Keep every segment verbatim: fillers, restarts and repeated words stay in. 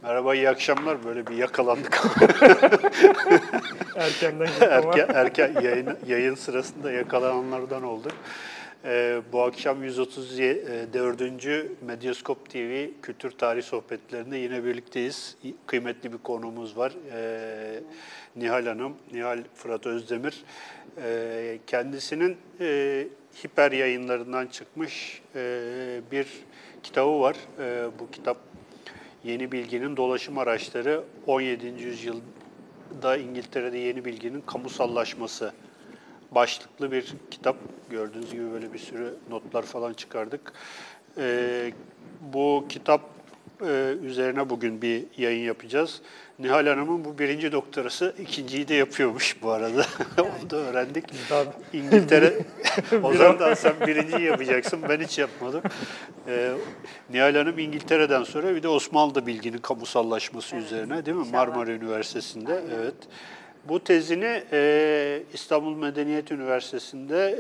Merhaba, iyi akşamlar. Böyle bir yakalandık. Erkenden erken, erken yayın, yayın sırasında yakalananlardan olduk. Ee, bu akşam yüz otuz dördüncü Medyaskop T V Kültür Tarih Sohbetlerinde yine birlikteyiz. Kıymetli bir konuğumuz var. Ee, Nihal Hanım, Nihal Fırat Özdemir. Ee, kendisinin e, Hiper yayınlarından çıkmış e, bir kitabı var. E, bu kitap Yeni Bilginin Dolaşım Araçları, on yedinci yüzyılda İngiltere'de yeni bilginin kamusallaşması başlıklı bir kitap. Gördüğünüz gibi böyle bir sürü notlar falan çıkardık. Ee, bu kitap e, üzerine bugün bir yayın yapacağız. Nihal Hanım'ın bu birinci doktorası, ikinciyi de yapıyormuş bu arada. Onu da öğrendik. İngiltere, o zaman sen birinciyi yapacaksın, ben hiç yapmadım. Ee, Nihal Hanım İngiltere'den sonra bir de Osmanlı'da bilginin kamusallaşması evet, üzerine, değil mi? İnşallah. Marmara Üniversitesi'nde, aynen. Evet. Bu tezini e, İstanbul Medeniyet Üniversitesi'nde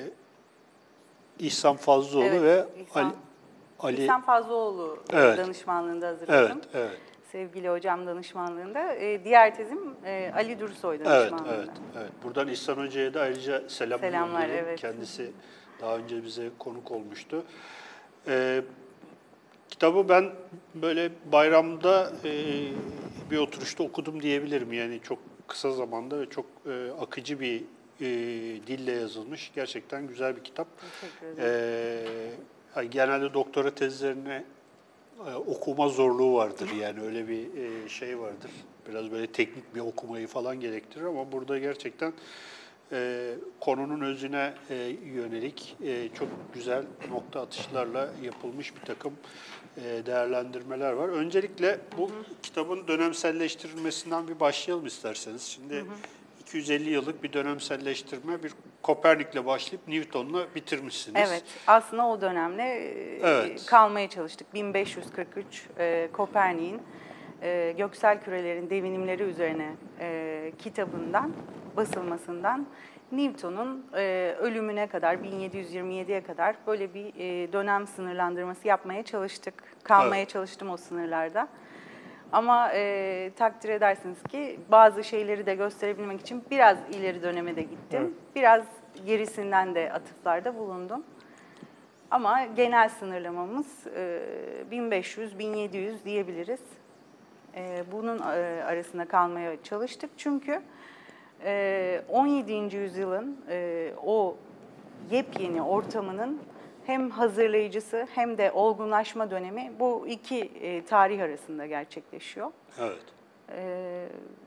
e, İhsan Fazlıoğlu evet, ve İhsan, Ali, Ali İhsan Fazlıoğlu evet. danışmanlığında hazırladım. Evet, evet. Sevgili hocam danışmanlığında. E, diğer tezim e, Ali Dursoy danışmanlığında. Evet, evet, evet. Buradan İhsan Hoca'ya da ayrıca selam Selamlar, evet. Kendisi daha önce bize konuk olmuştu. E, kitabı ben böyle bayramda e, bir oturuşta okudum diyebilirim. Yani çok kısa zamanda ve çok e, akıcı bir e, dille yazılmış. Gerçekten güzel bir kitap. Teşekkür ederim. E, genelde doktora tezlerine e, okuma zorluğu vardır. Yani öyle bir e, şey vardır. Biraz böyle teknik bir okumayı falan gerektirir ama burada gerçekten e, konunun özüne e, yönelik e, çok güzel nokta atışlarla yapılmış bir takım e, değerlendirmeler var. Öncelikle bu hı hı. kitabın dönemselleştirilmesinden bir başlayalım isterseniz. Şimdi hı hı. iki yüz elli yıllık bir dönemselleştirme, bir Kopernik'le başlayıp Newton'la bitirmişsiniz. Evet, aslında o dönemle evet. kalmaya çalıştık. bin beş yüz kırk üç e, Kopernik'in e, göksel kürelerin devinimleri üzerine e, kitabından, basılmasından Newton'un e, ölümüne kadar, bin yedi yüz yirmi yediye kadar böyle bir e, dönem sınırlandırması yapmaya çalıştık. Kalmaya evet. çalıştım o sınırlarda. Ama e, takdir edersiniz ki bazı şeyleri de gösterebilmek için biraz ileri döneme de gittim. Evet. Biraz gerisinden de atıflarda bulundum. Ama genel sınırlamamız e, bin beş yüz bin yedi yüz diyebiliriz. E, bunun e, arasında kalmaya çalıştık. Çünkü e, on yedinci yüzyılın e, o yepyeni ortamının hem hazırlayıcısı hem de olgunlaşma dönemi bu iki e, tarih arasında gerçekleşiyor. Evet. E,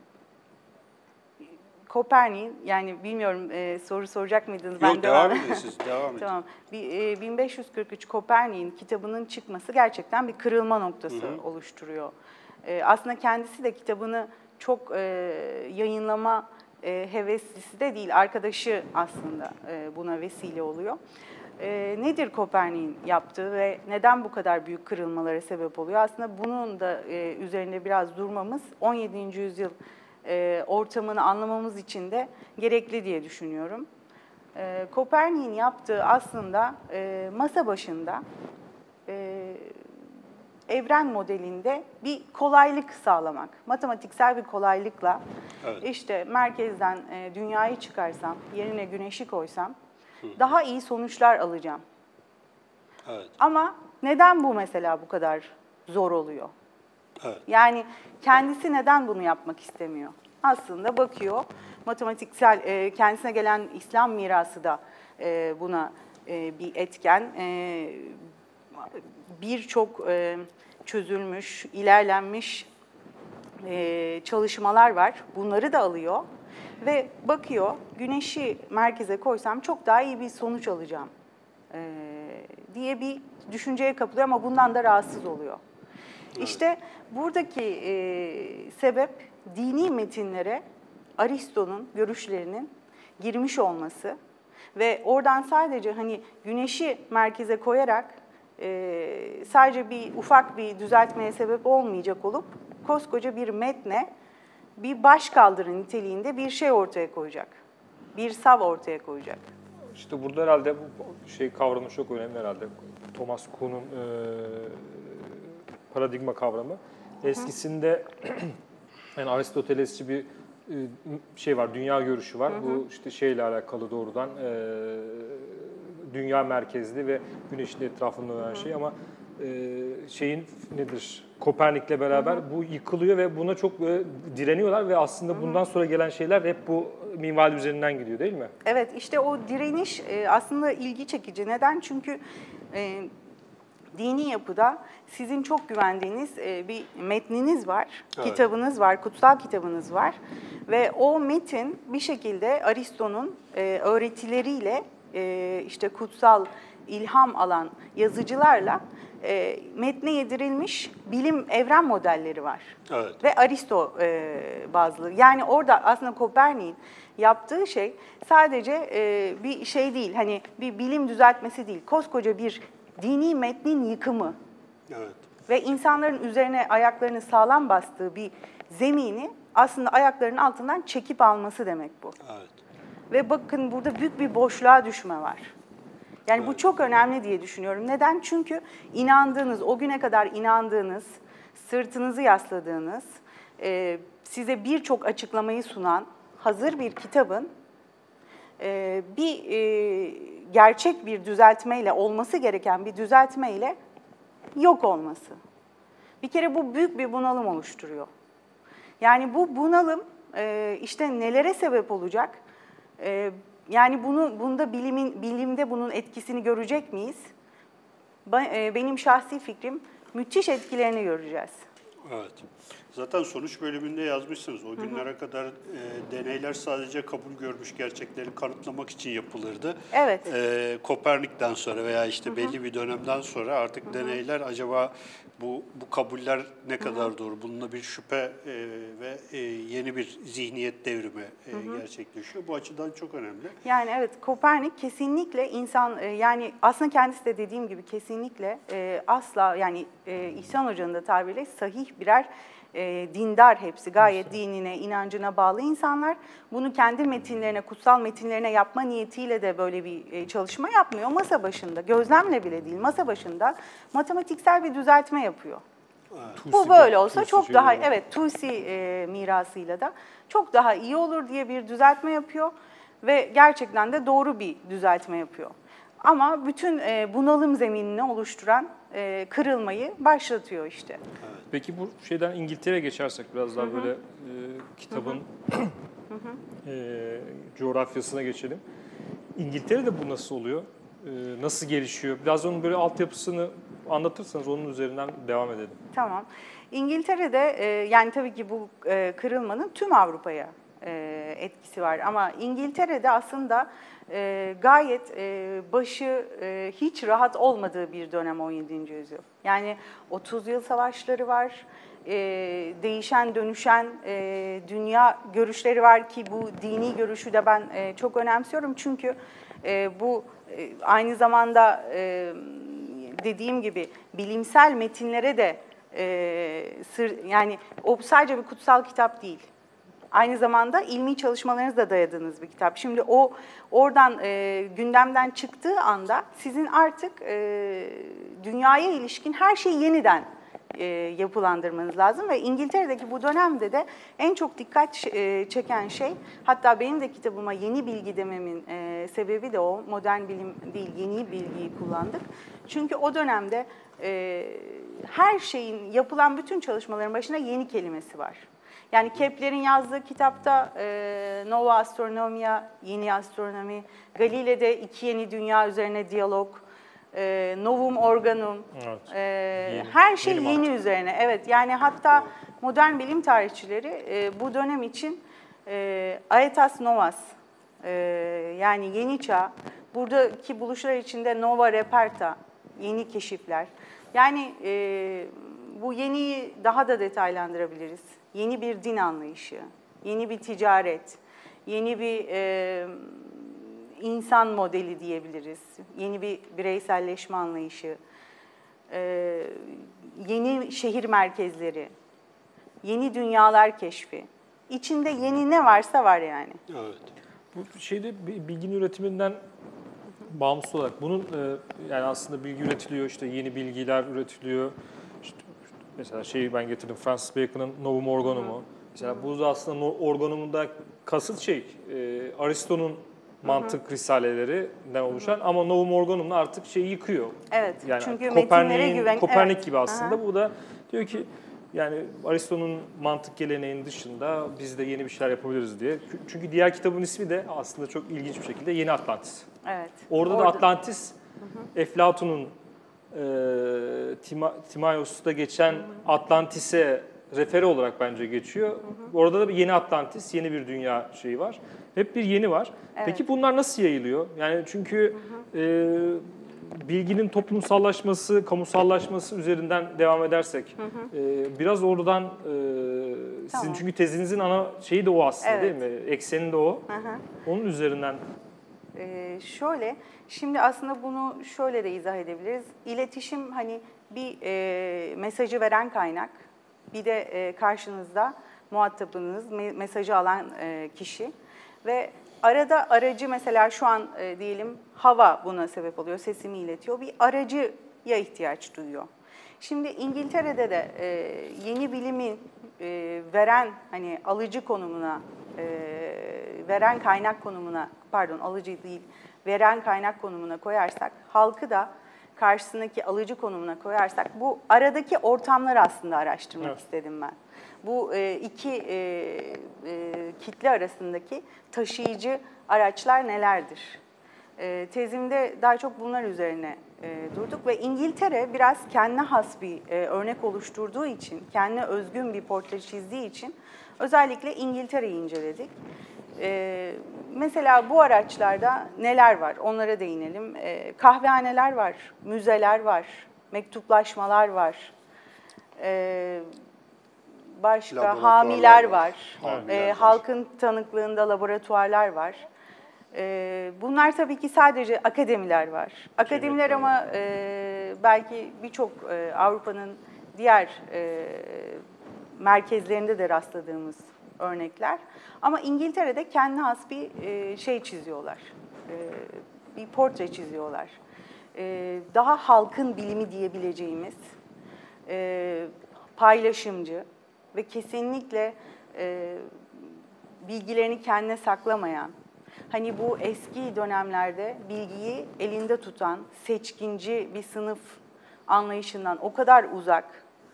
Kopernik'in, yani bilmiyorum e, soru soracak mıydınız? Yok, ben devam edin siz, devam edin. Tamam. E, bin beş yüz kırk üç Kopernik'in kitabının çıkması gerçekten bir kırılma noktası hı hı. oluşturuyor. E, aslında kendisi de kitabını çok e, yayınlama e, heveslisi de değil, arkadaşı aslında e, buna vesile oluyor. E, nedir Kopernik'in yaptığı ve neden bu kadar büyük kırılmalara sebep oluyor? Aslında bunun da e, üzerinde biraz durmamız on yedinci yüzyıl e, ortamını anlamamız için de gerekli diye düşünüyorum. E, Kopernik'in yaptığı aslında e, masa başında e, evren modelinde bir kolaylık sağlamak. Matematiksel bir kolaylıkla evet. işte merkezden e, dünyayı çıkarsam, yerine güneşi koysam daha iyi sonuçlar alacağım. Evet. Ama neden bu mesela bu kadar zor oluyor? Evet. Yani kendisi neden bunu yapmak istemiyor? Aslında bakıyor, matematiksel e, kendisine gelen İslam mirası da e, buna e, bir etken. E, Birçok e, çözülmüş, ilerlenmiş e, çalışmalar var. Bunları da alıyor. Ve bakıyor, güneşi merkeze koysam çok daha iyi bir sonuç alacağım e, diye bir düşünceye kapılıyor ama bundan da rahatsız oluyor. Evet. İşte buradaki e, sebep dini metinlere Aristo'nun görüşlerinin girmiş olması ve oradan sadece hani güneşi merkeze koyarak e, sadece bir ufak bir düzeltmeye sebep olmayacak olup koskoca bir metne bir başkaldırı niteliğinde bir şey ortaya koyacak. Bir sav ortaya koyacak. İşte burada herhalde bu şey kavramı çok önemli herhalde. Thomas Kuhn'un e, paradigma kavramı. Eskisinde yani Aristotelesçi bir e, şey var, dünya görüşü var. Hı hı. Bu işte şeyle alakalı doğrudan e, dünya merkezli ve güneşin etrafında dönen şey ama e, şeyin nedir? Kopernik'le beraber hı hı. bu yıkılıyor ve buna çok böyle direniyorlar ve aslında hı hı. bundan sonra gelen şeyler hep bu minval üzerinden gidiyor değil mi? Evet, işte o direniş e, aslında ilgi çekici. Neden? Çünkü e, dini yapıda sizin çok güvendiğiniz e, bir metniniz var, evet. kitabınız var, kutsal kitabınız var ve o metin bir şekilde Aristo'nun e, öğretileriyle e, işte kutsal ilham alan yazıcılarla e, metne yedirilmiş bilim evren modelleri var. Evet. Ve Aristo e, bazlı. Yani orada aslında Kopernik'in yaptığı şey sadece e, bir şey değil, hani bir bilim düzeltmesi değil, koskoca bir dini metnin yıkımı evet. ve insanların üzerine ayaklarını sağlam bastığı bir zemini aslında ayaklarının altından çekip alması demek bu. Evet. Ve bakın burada büyük bir boşluğa düşme var. Yani evet. bu çok önemli diye düşünüyorum. Neden? Çünkü inandığınız, o güne kadar inandığınız, sırtınızı yasladığınız, e, size birçok açıklamayı sunan hazır bir kitabın e, bir e, gerçek bir düzeltmeyle, olması gereken bir düzeltmeyle yok olması. Bir kere bu büyük bir bunalım oluşturuyor. Yani bu bunalım e, işte nelere sebep olacak? E, yani bunu bunda bilimin bilimde bunun etkisini görecek miyiz? Ben, e, benim şahsi fikrim müthiş etkilerini göreceğiz. Evet. Zaten sonuç bölümünde yazmışsınız. O günlere hı hı. kadar e, deneyler sadece kabul görmüş gerçekleri kanıtlamak için yapılırdı. Evet. E, Kopernik'ten sonra veya işte hı hı. belli bir dönemden sonra artık hı hı. deneyler acaba bu bu kabuller ne kadar hı hı. doğru? Bununla bir şüphe e, ve e, yeni bir zihniyet devrimi e, hı hı. gerçekleşiyor. Bu açıdan çok önemli. Yani evet, Kopernik kesinlikle insan e, yani aslında kendisi de dediğim gibi kesinlikle e, asla yani e, İhsan Hoca'nın da tabiriyle sahih birer E, dindar hepsi, gayet dinine, inancına bağlı insanlar. Bunu kendi metinlerine, kutsal metinlerine yapma niyetiyle de böyle bir e, çalışma yapmıyor. Masa başında, gözlemle bile değil, masa başında matematiksel bir düzeltme yapıyor. Evet. Bu böyle olsa Tusi çok daha, olur. evet Tusi e, mirasıyla da çok daha iyi olur diye bir düzeltme yapıyor ve gerçekten de doğru bir düzeltme yapıyor. Ama bütün e, bunalım zeminini oluşturan e, kırılmayı başlatıyor işte. Evet. Peki bu şeyden İngiltere'ye geçersek biraz daha hı hı. böyle e, kitabın hı hı. e, coğrafyasına geçelim. İngiltere'de bu nasıl oluyor? E, nasıl gelişiyor? Biraz onun böyle altyapısını anlatırsanız onun üzerinden devam edelim. Tamam. İngiltere'de e, yani tabii ki bu e, kırılmanın tüm Avrupa'ya e, etkisi var. Ama İngiltere'de aslında e, gayet e, başı e, hiç rahat olmadığı bir dönem on yedinci yüzyıl. Yani otuz yıl savaşları var, e, değişen dönüşen e, dünya görüşleri var ki bu dini görüşü de ben e, çok önemsiyorum. Çünkü e, bu e, aynı zamanda e, dediğim gibi bilimsel metinlere de e, sır, yani o sadece bir kutsal kitap değil. Aynı zamanda ilmi çalışmalarınızla dayadığınız bir kitap. Şimdi o oradan e, gündemden çıktığı anda sizin artık e, dünyaya ilişkin her şeyi yeniden e, yapılandırmanız lazım. Ve İngiltere'deki bu dönemde de en çok dikkat e, çeken şey, hatta benim de kitabıma yeni bilgi dememin e, sebebi de o. Modern bilim değil, yeni bilgiyi kullandık. Çünkü o dönemde e, her şeyin, yapılan bütün çalışmaların başına yeni kelimesi var. Yani Kepler'in yazdığı kitapta e, Nova Astronomia, yeni astronomi, Galile'de iki yeni dünya üzerine diyalog, e, Novum Organum, evet. e, yeni, her şey yeni, yeni üzerine. Evet, yani hatta modern bilim tarihçileri e, bu dönem için e, Aetas Novas, e, yani yeni çağ, buradaki buluşlar içinde Nova Reperta, yeni keşifler. Yani e, bu yeniyi daha da detaylandırabiliriz. Yeni bir din anlayışı, yeni bir ticaret, yeni bir e, insan modeli diyebiliriz, yeni bir bireyselleşme anlayışı, e, yeni şehir merkezleri, yeni dünyalar keşfi. İçinde yeni ne varsa var yani. Evet. Bu şeyde bilginin üretiminden bağımsız olarak bunun e, yani aslında bilgi üretiliyor, işte yeni bilgiler üretiliyor. İşte Mesela şeyi ben getirdim, Francis Bacon'ın Novum Organum'u. Mesela bu da aslında no- organumunda kasıt şey, e, Aristo'nun mantık risalelerinden oluşan ama Novum Organum'la artık şeyi yıkıyor. Evet, Yani çünkü metinlere Kopernik'in- güven... Kopernik evet. gibi aslında. Aha. Bu da diyor ki yani Aristo'nun mantık geleneğinin dışında biz de yeni bir şeyler yapabiliriz diye. Çünkü diğer kitabın ismi de aslında çok ilginç bir şekilde Yeni Atlantis. Evet. Orada, Orada- da Atlantis, Eflatun'un e, Tima, Timaios'ta geçen Atlantis'e refere olarak bence geçiyor. Orada da bir yeni Atlantis, yeni bir dünya şeyi var. Hep bir yeni var. Evet. Peki bunlar nasıl yayılıyor? Yani çünkü e, bilginin toplumsallaşması, kamusallaşması üzerinden devam edersek e, biraz oradan e, sizin Tamam. çünkü tezinizin ana şeyi de o aslında Evet. değil mi? Ekseni de o. Hı hı. Onun üzerinden Ee, şöyle, şimdi aslında bunu şöyle de izah edebiliriz. İletişim hani bir e, mesajı veren kaynak, bir de e, karşınızda muhatabınız, me- mesajı alan e, kişi ve arada aracı mesela şu an e, diyelim hava buna sebep oluyor, sesimi iletiyor. Bir aracıya ihtiyaç duyuyor. Şimdi İngiltere'de de e, yeni bilimi e, veren hani alıcı konumuna, e, veren kaynak konumuna, pardon alıcı değil, veren kaynak konumuna koyarsak, halkı da karşısındaki alıcı konumuna koyarsak bu aradaki ortamları aslında araştırmak Evet. istedim ben. Bu e, iki e, e, kitle arasındaki taşıyıcı araçlar nelerdir? E, tezimde daha çok bunlar üzerine e, durduk ve İngiltere biraz kendine has bir e, örnek oluşturduğu için, kendine özgün bir portre çizdiği için özellikle İngiltere'yi inceledik. E, mesela bu araçlarda neler var? Onlara değinelim. E, kahvehaneler var, müzeler var, mektuplaşmalar var. E, başka Laboratuvarlar hamiler var. var. Hamiler E, var. halkın tanıklığında laboratuvarlar var. E, bunlar tabii ki sadece akademiler var. Akademiler Klinikler ama e, belki birçok e, Avrupa'nın diğer e, merkezlerinde de rastladığımız örnekler. Ama İngiltere'de kendine has bir e, şey çiziyorlar. E, bir portre çiziyorlar. E, daha halkın bilimi diyebileceğimiz, e, paylaşımcı ve kesinlikle e, bilgilerini kendine saklamayan, hani bu eski dönemlerde bilgiyi elinde tutan, seçkinci bir sınıf anlayışından o kadar uzak,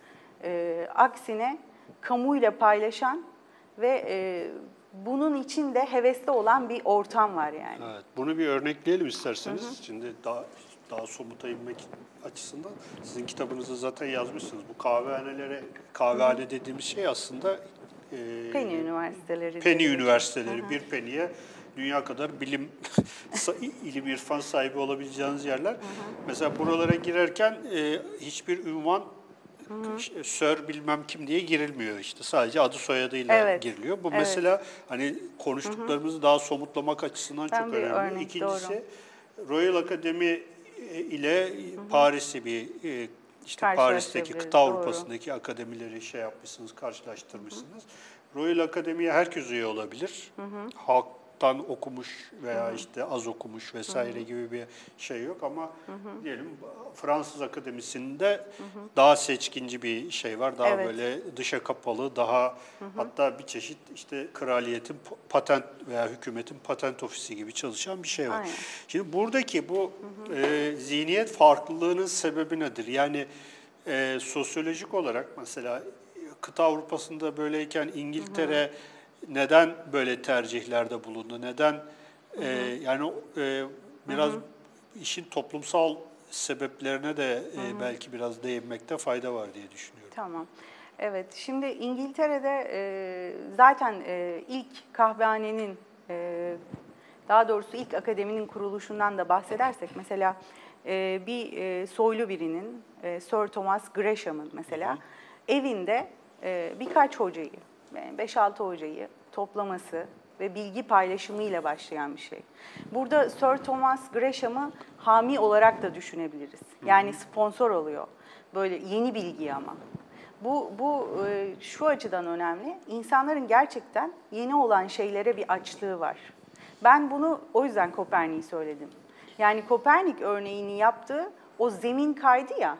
e, aksine kamuyla paylaşan ve e, bunun için de hevesli olan bir ortam var yani. Evet, bunu bir örnekleyelim isterseniz. Hı hı. Şimdi daha daha somuta inmek açısından sizin kitabınızda zaten yazmışsınız. Bu kahvehanelere, kahvehane hı hı. dediğimiz şey aslında e, Penny üniversiteleri. Penny diye üniversiteleri. Hı hı. Bir penny'e dünya kadar bilim, ilim irfan sahibi olabileceğiniz yerler. Hı hı. Mesela buralara girerken e, hiçbir ünvan, hı hı. Sir bilmem kim diye girilmiyor işte. Sadece adı soyadıyla evet. giriliyor. Bu evet. mesela hani konuştuklarımızı hı hı. daha somutlamak açısından ben çok önemli. Örnek, İkincisi doğru. Royal Academy ile hı hı. Paris'i bir işte Paris'teki kıta Avrupa'sındaki akademileri şey yapmışsınız, karşılaştırmışsınız. Hı hı. Royal Academy'ye herkes üye olabilir. Hı hı. Halktan okumuş veya hı hı. işte az okumuş vesaire hı hı. gibi bir şey yok ama hı hı. diyelim Fransız Akademisi'nde hı hı. daha seçkinci bir şey var. Daha evet. böyle dışa kapalı, daha hı hı. hatta bir çeşit işte kraliyetin patent veya hükümetin patent ofisi gibi çalışan bir şey var. Aynen. Şimdi buradaki bu hı hı. E, zihniyet farklılığının sebebi nedir? Yani e, sosyolojik olarak mesela kıta Avrupa'sında böyleyken İngiltere hı hı. neden böyle tercihlerde bulundu? Neden hı hı. E, yani e, biraz hı hı. işin toplumsal sebeplerine de hı hı. E, belki biraz değinmekte fayda var diye düşünüyorum. Tamam. Evet, şimdi İngiltere'de e, zaten e, ilk kahvehanenin, e, daha doğrusu ilk akademinin kuruluşundan da bahsedersek, mesela e, bir e, soylu birinin, e, Sir Thomas Gresham'ın mesela hı hı. evinde e, birkaç hocayı, beş altı hocayı toplaması ve bilgi paylaşımıyla başlayan bir şey. Burada Sir Thomas Gresham'ı hami olarak da düşünebiliriz. Yani sponsor oluyor. Böyle yeni bilgi ama. Bu, bu şu açıdan önemli. İnsanların gerçekten yeni olan şeylere bir açlığı var. Ben bunu o yüzden Kopernik'i söyledim. Yani Kopernik örneğini yaptığı o zemin kaydı ya,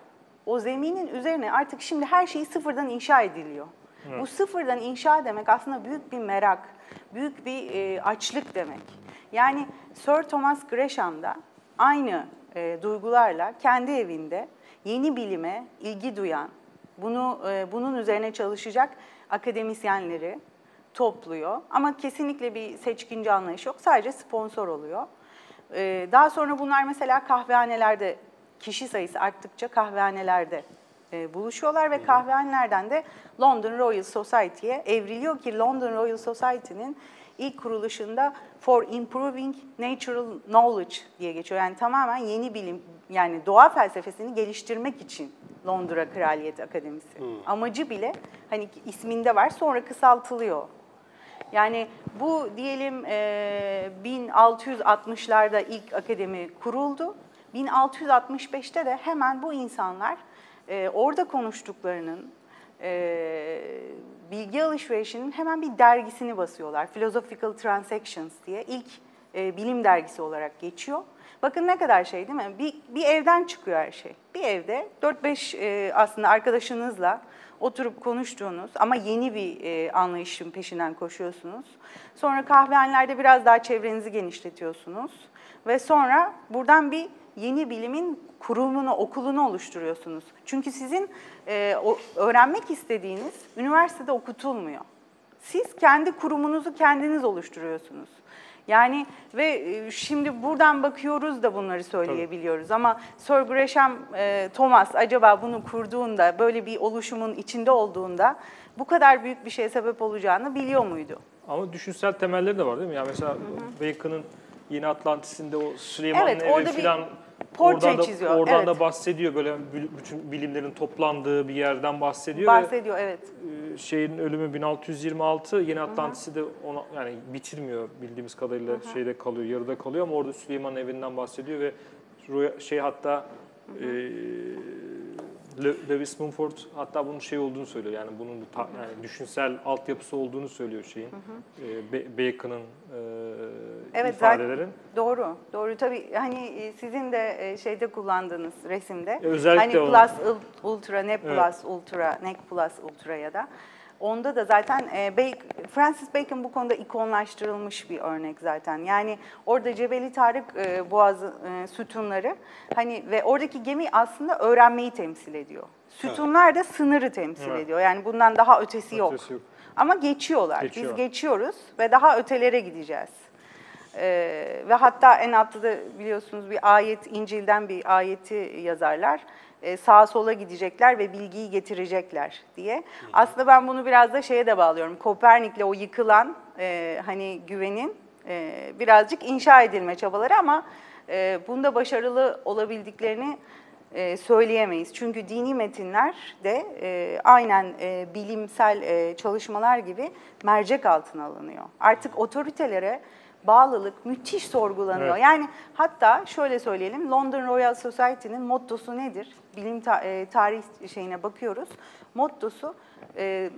o zeminin üzerine artık şimdi her şey sıfırdan inşa ediliyor. Evet. Bu sıfırdan inşa demek aslında büyük bir merak, büyük bir e, açlık demek. Yani Sir Thomas Gresham da aynı e, duygularla kendi evinde yeni bilime ilgi duyan, bunu e, bunun üzerine çalışacak akademisyenleri topluyor. Ama kesinlikle bir seçkinci anlayış yok, sadece sponsor oluyor. E, daha sonra bunlar mesela kahvehanelerde, kişi sayısı arttıkça kahvehanelerde e, buluşuyorlar ve kahvehanelerden de London Royal Society'ye evriliyor ki London Royal Society'nin ilk kuruluşunda For Improving Natural Knowledge diye geçiyor. Yani tamamen yeni bilim, yani doğa felsefesini geliştirmek için Londra Kraliyet Akademisi. Hmm. Amacı bile hani isminde var, sonra kısaltılıyor. Yani bu diyelim e, bin altı yüz altmışlarda ilk akademi kuruldu. bin altı yüz altmış beşte de hemen bu insanlar e, orada konuştuklarının, e, bilgi alışverişinin hemen bir dergisini basıyorlar. Philosophical Transactions diye ilk e, bilim dergisi olarak geçiyor. Bakın ne kadar şey değil mi? Bir, bir evden çıkıyor her şey. Bir evde dört beş e, aslında arkadaşınızla oturup konuştuğunuz ama yeni bir e, anlayışın peşinden koşuyorsunuz. Sonra kahvehanelerde biraz daha çevrenizi genişletiyorsunuz. Ve sonra buradan bir yeni bilimin kurumunu, okulunu oluşturuyorsunuz. Çünkü sizin e, o, öğrenmek istediğiniz üniversitede okutulmuyor. Siz kendi kurumunuzu kendiniz oluşturuyorsunuz. Yani ve şimdi buradan bakıyoruz da bunları söyleyebiliyoruz. Tabii. Ama Sir Gresham e, Thomas acaba bunu kurduğunda, böyle bir oluşumun içinde olduğunda bu kadar büyük bir şeye sebep olacağını biliyor muydu? Ama düşünsel temelleri de var değil mi? Yani mesela Bacon'ın Yeni Atlantis'inde o Süleyman'ın evet, evi falan portre oradan çiziyor. Da, oradan evet. da bahsediyor. Böyle bütün bilimlerin toplandığı bir yerden bahsediyor. Bahsediyor, ve, evet. Şeyin ölümü bin altı yüz yirmi altı, Yeni Atlantis'i de ona yani bitirmiyor bildiğimiz kadarıyla, hı hı. şeyde kalıyor, yarıda kalıyor ama orada Süleyman'ın evinden bahsediyor ve şey hatta hı hı. E, Lewis Mumford hatta bunun şey olduğunu söylüyor. Yani bunun ta, yani düşünsel altyapısı olduğunu söylüyor şeyin. Hı hı. E, Bacon'ın e, evet, ifadelerin. Zaten, doğru. Doğru tabii hani sizin de şeyde kullandığınız resimde. E, özellikle hani Plus Ultra, Ne Plus evet. Ultra, Ne Plus Ultra ya da onda da zaten e, Bacon, Francis Bacon bu konuda ikonlaştırılmış bir örnek zaten. Yani orada Cebeli Tarık e, Boğazı e, sütunları hani ve oradaki gemi aslında öğrenmeyi temsil ediyor. Sütunlar evet. da sınırı temsil evet. ediyor. Yani bundan daha ötesi, ötesi yok. yok. Ama geçiyorlar. Geçiyor. Biz geçiyoruz ve daha ötelere gideceğiz. Ee, ve hatta en altta da biliyorsunuz bir ayet, İncil'den bir ayeti yazarlar. Ee, sağa sola gidecekler ve bilgiyi getirecekler diye. Hı. Aslında ben bunu biraz da şeye de bağlıyorum. Kopernik'le o yıkılan e, hani güvenin e, birazcık inşa edilme çabaları ama e, bunda başarılı olabildiklerini e, söyleyemeyiz. Çünkü dini metinler de e, aynen e, bilimsel e, çalışmalar gibi mercek altına alınıyor. Artık otoritelere bağlılık müthiş sorgulanıyor. Evet. Yani hatta şöyle söyleyelim, London Royal Society'nin mottosu nedir? Bilim ta- e, tarih şeyine bakıyoruz. Mottosu e,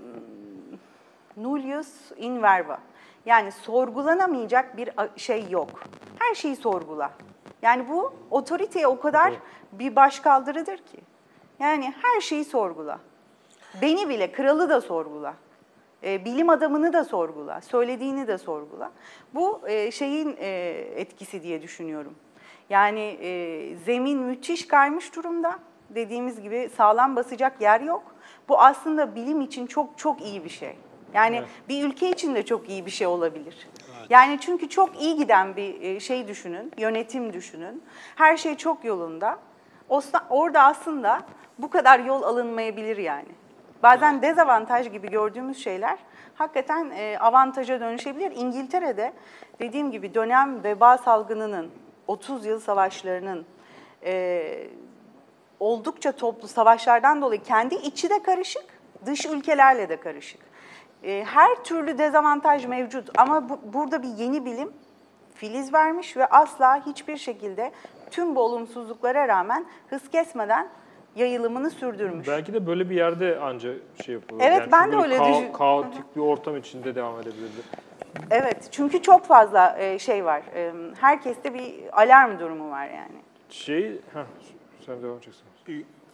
nullius in verba. Yani sorgulanamayacak bir şey yok. Her şeyi sorgula. Yani bu otoriteye o kadar evet. bir başkaldırıdır ki. Yani her şeyi sorgula. Beni bile, kralı da sorgula. E, bilim adamını da sorgula, söylediğini de sorgula. Bu e, şeyin e, etkisi diye düşünüyorum. Yani e, zemin müthiş kaymış durumda. Dediğimiz gibi sağlam basacak yer yok. Bu aslında bilim için çok çok iyi bir şey. Yani evet. bir ülke için de çok iyi bir şey olabilir. Evet. Yani çünkü çok iyi giden bir şey düşünün, yönetim düşünün. Her şey çok yolunda. Orada aslında bu kadar yol alınmayabilir yani. Bazen dezavantaj gibi gördüğümüz şeyler hakikaten e, avantaja dönüşebilir. İngiltere'de dediğim gibi dönem veba salgınının, otuz yıl savaşlarının e, oldukça toplu savaşlardan dolayı kendi içi de karışık, dış ülkelerle de karışık. E, her türlü dezavantaj mevcut ama bu, burada bir yeni bilim filiz vermiş ve asla hiçbir şekilde tüm bu olumsuzluklara rağmen hız kesmeden yayılımını sürdürmüş. Belki de böyle bir yerde anca şey yapılır. Evet, yani ben de öyle ka- düşünüyorum. Kaotik bir ortam içinde devam edebilirdi. Evet, çünkü çok fazla şey var. Herkeste bir alarm durumu var yani. Şey, heh, sen devam edeceksin.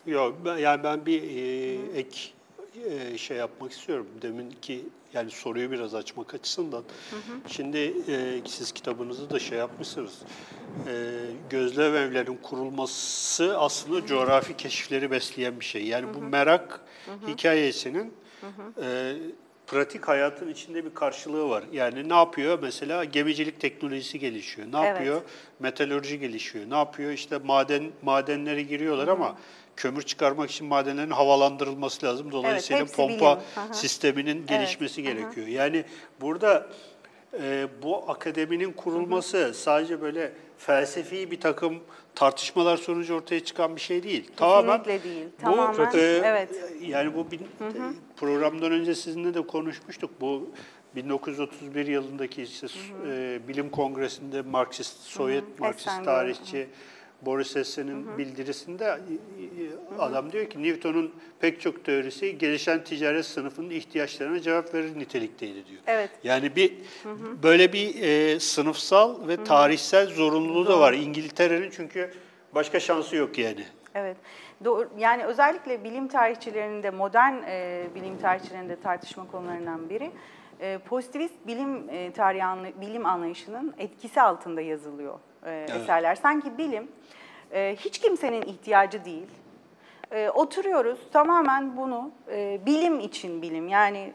Yok, ben, yani ben bir e, ek e, şey yapmak istiyorum. Deminki yani soruyu biraz açmak açısından. Hı hı. Şimdi e, siz kitabınızı da şey yapmışsınız. E, gözlem evlerinin kurulması aslında coğrafi keşifleri besleyen bir şey. Yani hı hı. bu merak hı hı. hikayesinin hı hı. E, pratik hayatın içinde bir karşılığı var. Yani ne yapıyor? Mesela gemicilik teknolojisi gelişiyor. Ne evet. yapıyor? Metalurji gelişiyor. Ne yapıyor? İşte maden madenlere giriyorlar hı hı. ama kömür çıkarmak için madenlerin havalandırılması lazım. Dolayısıyla evet, pompa sisteminin gelişmesi evet. gerekiyor. Hı hı. Yani burada e, bu akademinin kurulması hı hı. sadece böyle felsefi bir takım tartışmalar sonucu ortaya çıkan bir şey değil. Kesinlikle Tamamen değil. Bu, Tamamen e, evet. Yani bu bin, hı hı. programdan önce sizinle de konuşmuştuk. Bu bin dokuz yüz otuz bir yılındaki işte, hı hı. E, bilim kongresinde Marksist, Sovyet hı hı. Marksist Hessen tarihçi hı hı. Boris Hessen'in bildirisinde hı hı. adam diyor ki Newton'un pek çok teorisi gelişen ticaret sınıfının ihtiyaçlarına cevap verir nitelikteydi diyor. Evet. Yani bir hı hı. böyle bir e, sınıfsal ve hı hı. tarihsel zorunluluğu Zor. da var İngiltere'nin, çünkü başka şansı yok yani. Evet. Doğru. Yani özellikle bilim tarihçilerinde, modern e, bilim tarihçilerinde tartışma konularından biri e, pozitivist bilim e, tarihi anlay bilim anlayışının etkisi altında yazılıyor e, evet. eserler. Sanki bilim e, hiç kimsenin ihtiyacı değil. E, oturuyoruz tamamen bunu e, bilim için bilim, yani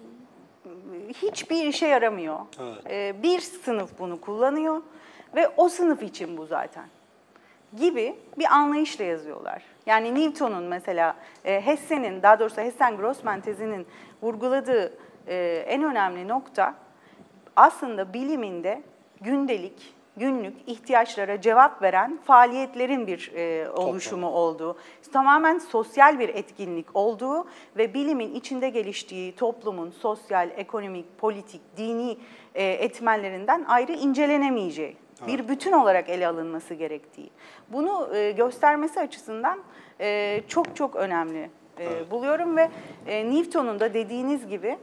hiçbir işe yaramıyor. Evet. E, bir sınıf bunu kullanıyor ve o sınıf için bu zaten gibi bir anlayışla yazıyorlar. Yani Newton'un mesela e, Hessen'in, daha doğrusu Hessen-Grossman tezinin vurguladığı e, en önemli nokta aslında biliminde gündelik, günlük ihtiyaçlara cevap veren faaliyetlerin bir e, oluşumu Toplum. olduğu, tamamen sosyal bir etkinlik olduğu ve bilimin içinde geliştiği toplumun sosyal, ekonomik, politik, dini e, etmenlerinden ayrı incelenemeyeceği, bir evet. bütün olarak ele alınması gerektiği. Bunu e, göstermesi açısından e, çok çok önemli e, evet. buluyorum ve e, Newton'un da dediğiniz gibi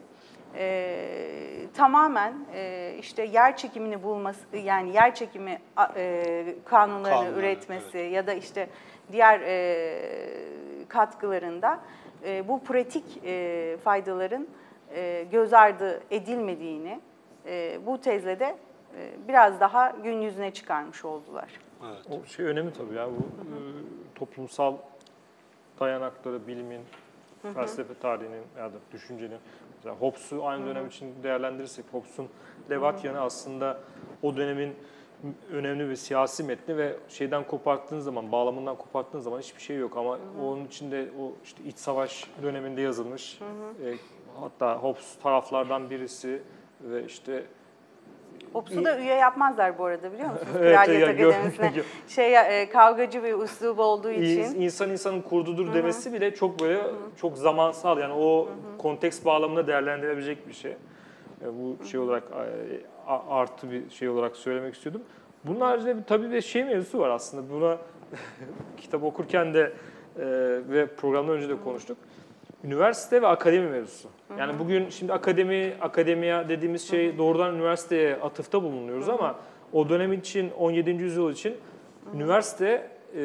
e, tamamen e, işte yer çekimini bulması, yani yer çekimi e, kanunlarını Kanunları, üretmesi evet. ya da işte diğer e, katkılarında e, bu pratik e, faydaların e, göz ardı edilmediğini e, bu tezle de biraz daha gün yüzüne çıkarmış oldular. Evet. O şey önemli tabii ya, bu hı hı. toplumsal dayanakları bilimin, hı hı. felsefe tarihinin ya da düşüncenin. Mesela Hobbes'u aynı hı hı. dönem için değerlendirirsek, Hobbes'un Leviathan'ı aslında o dönemin önemli bir siyasi metni ve şeyden koparttığın zaman, bağlamından koparttığın zaman hiçbir şey yok ama hı hı. onun içinde o işte iç savaş döneminde yazılmış. Hı hı. E, hatta Hobbes taraflardan birisi ve işte Hobbes'u da üye yapmazlar bu arada, biliyor musunuz? Kraliyet evet, Akademisi'ne şey e, kavgacı bir üslubu olduğu için. İnsan insanın kurdudur Hı-hı. demesi bile çok böyle Hı-hı. çok zamansal, yani o Hı-hı. konteks bağlamında değerlendirebilecek bir şey. E, bu Hı-hı. şey olarak artı bir şey olarak söylemek istiyordum. Bunun haricinde tabii bir şey mevzusu var aslında. Buna kitap okurken de e, ve programdan önce de konuştuk. Üniversite ve akademi mevzusu. Hı-hı. Yani bugün şimdi akademi, akademiya dediğimiz şey Hı-hı. doğrudan üniversiteye atıfta bulunuyoruz Hı-hı. ama o dönem için, on yedinci yüzyıl için Hı-hı. üniversite e,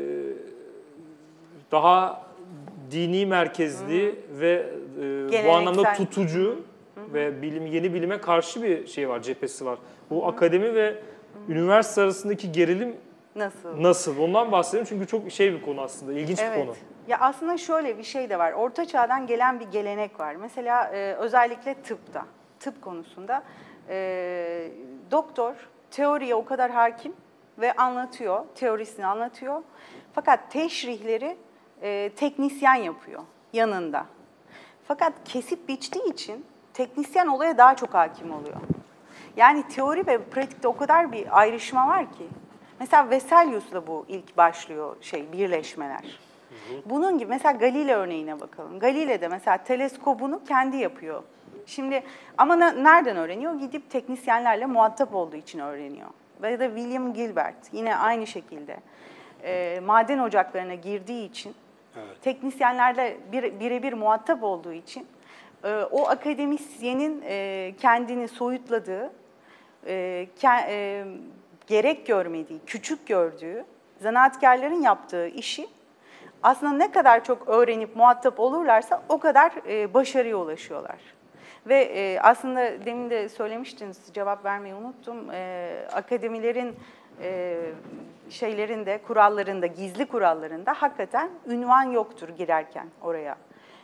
daha dini merkezli Hı-hı. ve e, bu anlamda tutucu Hı-hı. ve bilim, yeni bilime karşı bir şey var, cephesi var. Bu Hı-hı. akademi ve Hı-hı. üniversite arasındaki gerilim Nasıl? Nasıl? Ondan bahsedelim çünkü çok şey bir konu aslında, ilginç evet. bir konu. Ya aslında şöyle bir şey de var. Orta Çağ'dan gelen bir gelenek var. Mesela e, özellikle tıpta, tıp konusunda e, doktor teoriye o kadar hakim ve anlatıyor, teorisini anlatıyor. Fakat teşrihleri e, teknisyen yapıyor yanında. Fakat kesip biçtiği için teknisyen olaya daha çok hakim oluyor. Yani teori ve pratikte o kadar bir ayrışma var ki. Mesela Vesalius'la bu ilk başlıyor şey birleşmeler. Hı hı. Bunun gibi mesela Galile örneğine bakalım. Galile de mesela teleskobunu kendi yapıyor. Şimdi ama nereden öğreniyor? Gidip teknisyenlerle muhatap olduğu için öğreniyor. Ve de William Gilbert yine aynı şekilde e, maden ocaklarına girdiği için, evet. teknisyenlerle bir, birebir muhatap olduğu için e, o akademisyenin e, kendini soyutladığı, e, ke, e, gerek görmediği, küçük gördüğü, zanaatkarların yaptığı işi aslında ne kadar çok öğrenip muhatap olurlarsa o kadar e, başarıya ulaşıyorlar. Ve e, aslında demin de söylemiştiniz, cevap vermeyi unuttum. E, akademilerin e, şeylerinde, kurallarında, gizli kurallarında hakikaten ünvan yoktur girerken oraya.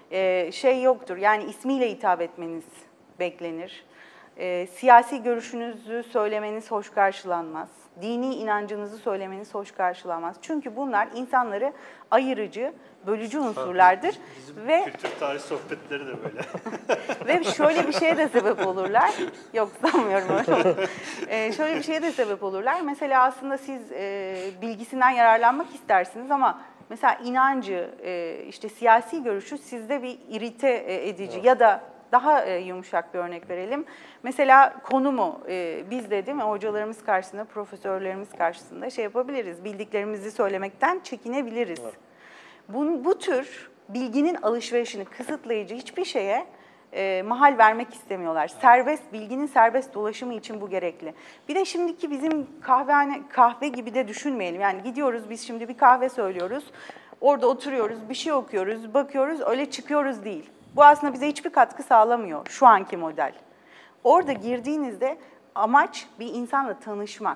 E, şey yoktur, yani ismiyle hitap etmeniz beklenir. E, siyasi görüşünüzü söylemeniz hoş karşılanmaz. Dini inancınızı söylemeniz hoş karşılanmaz. Çünkü bunlar insanları ayırıcı, bölücü unsurlardır. Bizim ve kültür tarih sohbetleri de böyle. Ve şöyle bir şeye de sebep olurlar. Yok, sanmıyorum öyle. Ee, şöyle bir şeye de sebep olurlar. Mesela aslında siz e, bilgisinden yararlanmak istersiniz ama mesela inancı, e, işte siyasi görüşü sizde bir irite e, edici Evet. ya da daha e, yumuşak bir örnek verelim. Mesela konumu e, biz de değil mi hocalarımız karşısında, profesörlerimiz karşısında şey yapabiliriz. Bildiklerimizi söylemekten çekinebiliriz. Evet. Bu, bu tür bilginin alışverişini kısıtlayıcı hiçbir şeye e, mahal vermek istemiyorlar. Serbest, bilginin serbest dolaşımı için bu gerekli. Bir de şimdiki bizim kahvehane, kahve gibi de düşünmeyelim. Yani gidiyoruz, biz şimdi bir kahve söylüyoruz, orada oturuyoruz, bir şey okuyoruz, bakıyoruz, öyle çıkıyoruz değil. Bu aslında bize hiçbir katkı sağlamıyor şu anki model. Orada girdiğinizde amaç bir insanla tanışmak.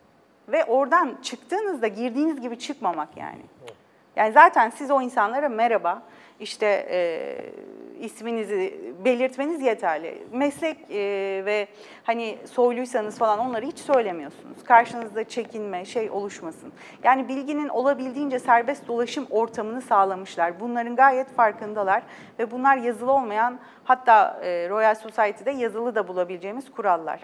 Ve oradan çıktığınızda girdiğiniz gibi çıkmamak yani. Yani zaten siz o insanlara merhaba, işte e, isminizi belirtmeniz yeterli. Meslek e, ve hani soyluysanız falan onları hiç söylemiyorsunuz. Karşınızda çekinme, şey oluşmasın. Yani bilginin olabildiğince serbest dolaşım ortamını sağlamışlar. Bunların gayet farkındalar ve bunlar yazılı olmayan, hatta e, Royal Society'de yazılı da bulabileceğimiz kurallar.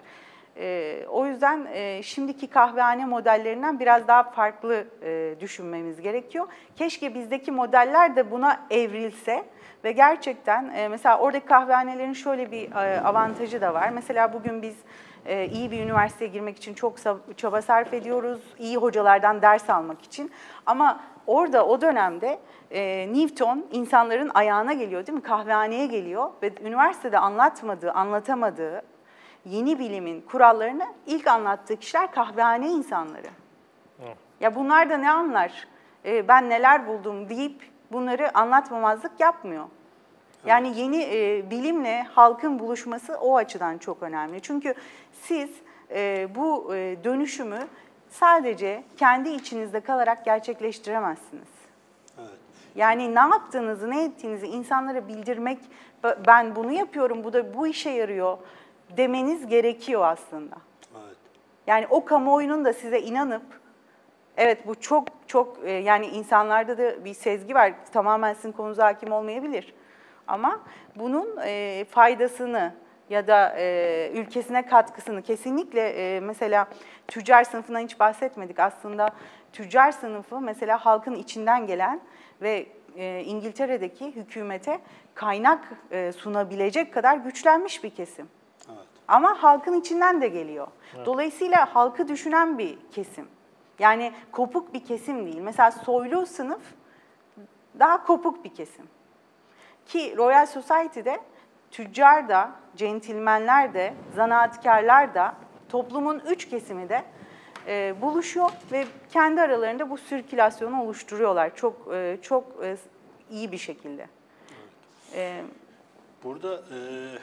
E, o yüzden e, şimdiki kahvehane modellerinden biraz daha farklı e, düşünmemiz gerekiyor. Keşke bizdeki modeller de buna evrilse ve gerçekten e, mesela oradaki kahvehanelerin şöyle bir e, avantajı da var. Mesela bugün biz e, iyi bir üniversiteye girmek için çok çaba sarf ediyoruz, iyi hocalardan ders almak için. Ama orada o dönemde e, Newton insanların ayağına geliyor değil mi? Kahvehaneye geliyor ve üniversitede anlatmadığı, anlatamadığı yeni bilimin kurallarını ilk anlattığı kişiler kahvehane insanları. Evet. Ya bunlar da ne anlar? Ee, ben neler buldum deyip bunları anlatmamazlık yapmıyor. Yani evet. yeni e, bilimle halkın buluşması o açıdan çok önemli. Çünkü siz e, bu e, dönüşümü sadece kendi içinizde kalarak gerçekleştiremezsiniz. Evet. Yani ne yaptığınızı, ne ettiğinizi insanlara bildirmek, ben bunu yapıyorum, bu da bu işe yarıyor demeniz gerekiyor aslında. Evet. Yani o kamuoyunun da size inanıp, evet bu çok çok yani insanlarda da bir sezgi var, tamamen sizin konunuza hakim olmayabilir. Ama bunun e, faydasını ya da e, ülkesine katkısını kesinlikle e, mesela tüccar sınıfından hiç bahsetmedik. Aslında tüccar sınıfı mesela halkın içinden gelen ve e, İngiltere'deki hükümete kaynak e, sunabilecek kadar güçlenmiş bir kesim. Evet. Ama halkın içinden de geliyor. Evet. Dolayısıyla halkı düşünen bir kesim. Yani kopuk bir kesim değil. Mesela soylu sınıf daha kopuk bir kesim. Ki Royal Society'de tüccar da, centilmenler de, zanaatkarlar da, toplumun üç kesimi de e, buluşuyor ve kendi aralarında bu sirkülasyonu oluşturuyorlar. Çok e, çok e, iyi bir şekilde. Evet. E, Burada e,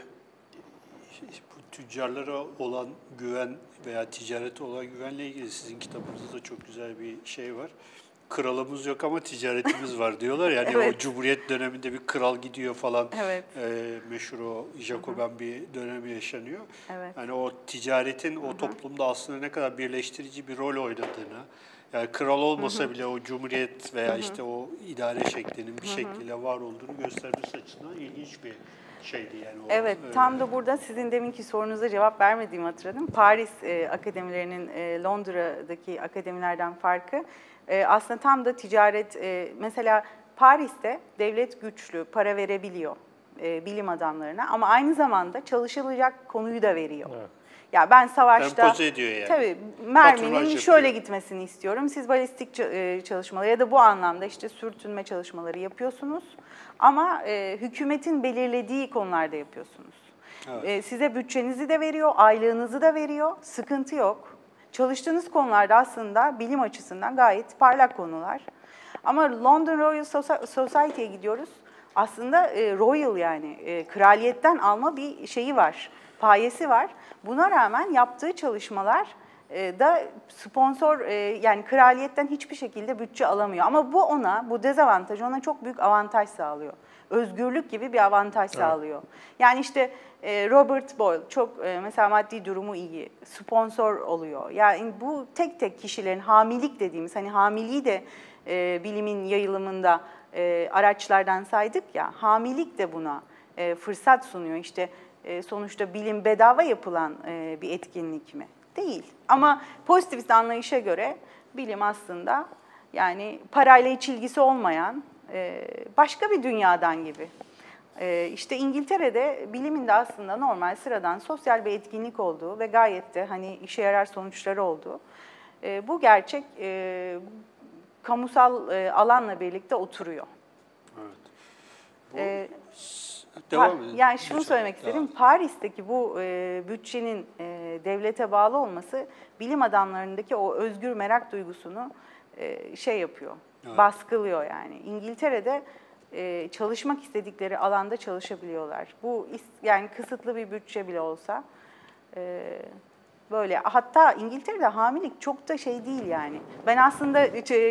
bu tüccarlara olan güven veya ticarete olan güvenle ilgili sizin kitabınızda da çok güzel bir şey var. Kralımız yok ama ticaretimiz var diyorlar. Yani evet. O Cumhuriyet döneminde bir kral gidiyor falan. Evet. E, meşhur o Jacoben bir dönemi yaşanıyor. Evet. Yani o ticaretin o toplumda aslında ne kadar birleştirici bir rol oynadığını, yani kral olmasa Hı-hı. bile o cumhuriyet veya Hı-hı. işte o idare şeklinin bir Hı-hı. şekliyle var olduğunu göstermesi açısından ilginç bir şeydi yani. O, evet, öyle. Tam da burada sizin deminki sorunuza cevap vermediğimi hatırladım. Paris e, akademilerinin e, Londra'daki akademilerden farkı e, aslında tam da ticaret, e, mesela Paris'te devlet güçlü, para verebiliyor e, bilim adamlarına ama aynı zamanda çalışılacak konuyu da veriyor. Evet. Ya ben savaşta Empoze ediyor yani. Tabii merminin şöyle gitmesini istiyorum. Siz balistik çalışmaları ya da bu anlamda işte sürtünme çalışmaları yapıyorsunuz. Ama e, hükümetin belirlediği konularda yapıyorsunuz. Evet. E, size bütçenizi de veriyor, aylığınızı da veriyor. Sıkıntı yok. Çalıştığınız konularda aslında bilim açısından gayet parlak konular. Ama London Royal Society'ye gidiyoruz. Aslında e, royal yani e, kraliyetten alma bir şeyi var, payesi var. Buna rağmen yaptığı çalışmalar e, da sponsor e, yani kraliyetten hiçbir şekilde bütçe alamıyor. Ama bu ona, bu dezavantaj ona çok büyük avantaj sağlıyor. Özgürlük gibi bir avantaj evet. sağlıyor. Yani işte e, Robert Boyle çok e, mesela maddi durumu iyi, sponsor oluyor. Yani bu tek tek kişilerin hamilik dediğimiz hani hamiliği de e, bilimin yayılımında E, araçlardan saydık ya, hamilik de buna e, fırsat sunuyor. İşte e, sonuçta bilim bedava yapılan e, bir etkinlik mi? Değil. Ama pozitivist anlayışa göre bilim aslında yani parayla hiç ilgisi olmayan e, başka bir dünyadan gibi. E, işte İngiltere'de bilimin de aslında normal sıradan sosyal bir etkinlik olduğu ve gayet de hani işe yarar sonuçları olduğu. E, bu gerçek e, kamusal e, alanla birlikte oturuyor. Evet. Bu, ee, devam edin. Yani şunu Lütfen, söylemek istedim. devam. Paris'teki bu e, bütçenin e, devlete bağlı olması bilim adamlarındaki o özgür merak duygusunu e, şey yapıyor, evet. baskılıyor yani. İngiltere'de e, çalışmak istedikleri alanda çalışabiliyorlar. Bu yani kısıtlı bir bütçe bile olsa. E, Böyle hatta İngiltere'de hamilelik çok da şey değil yani. Ben aslında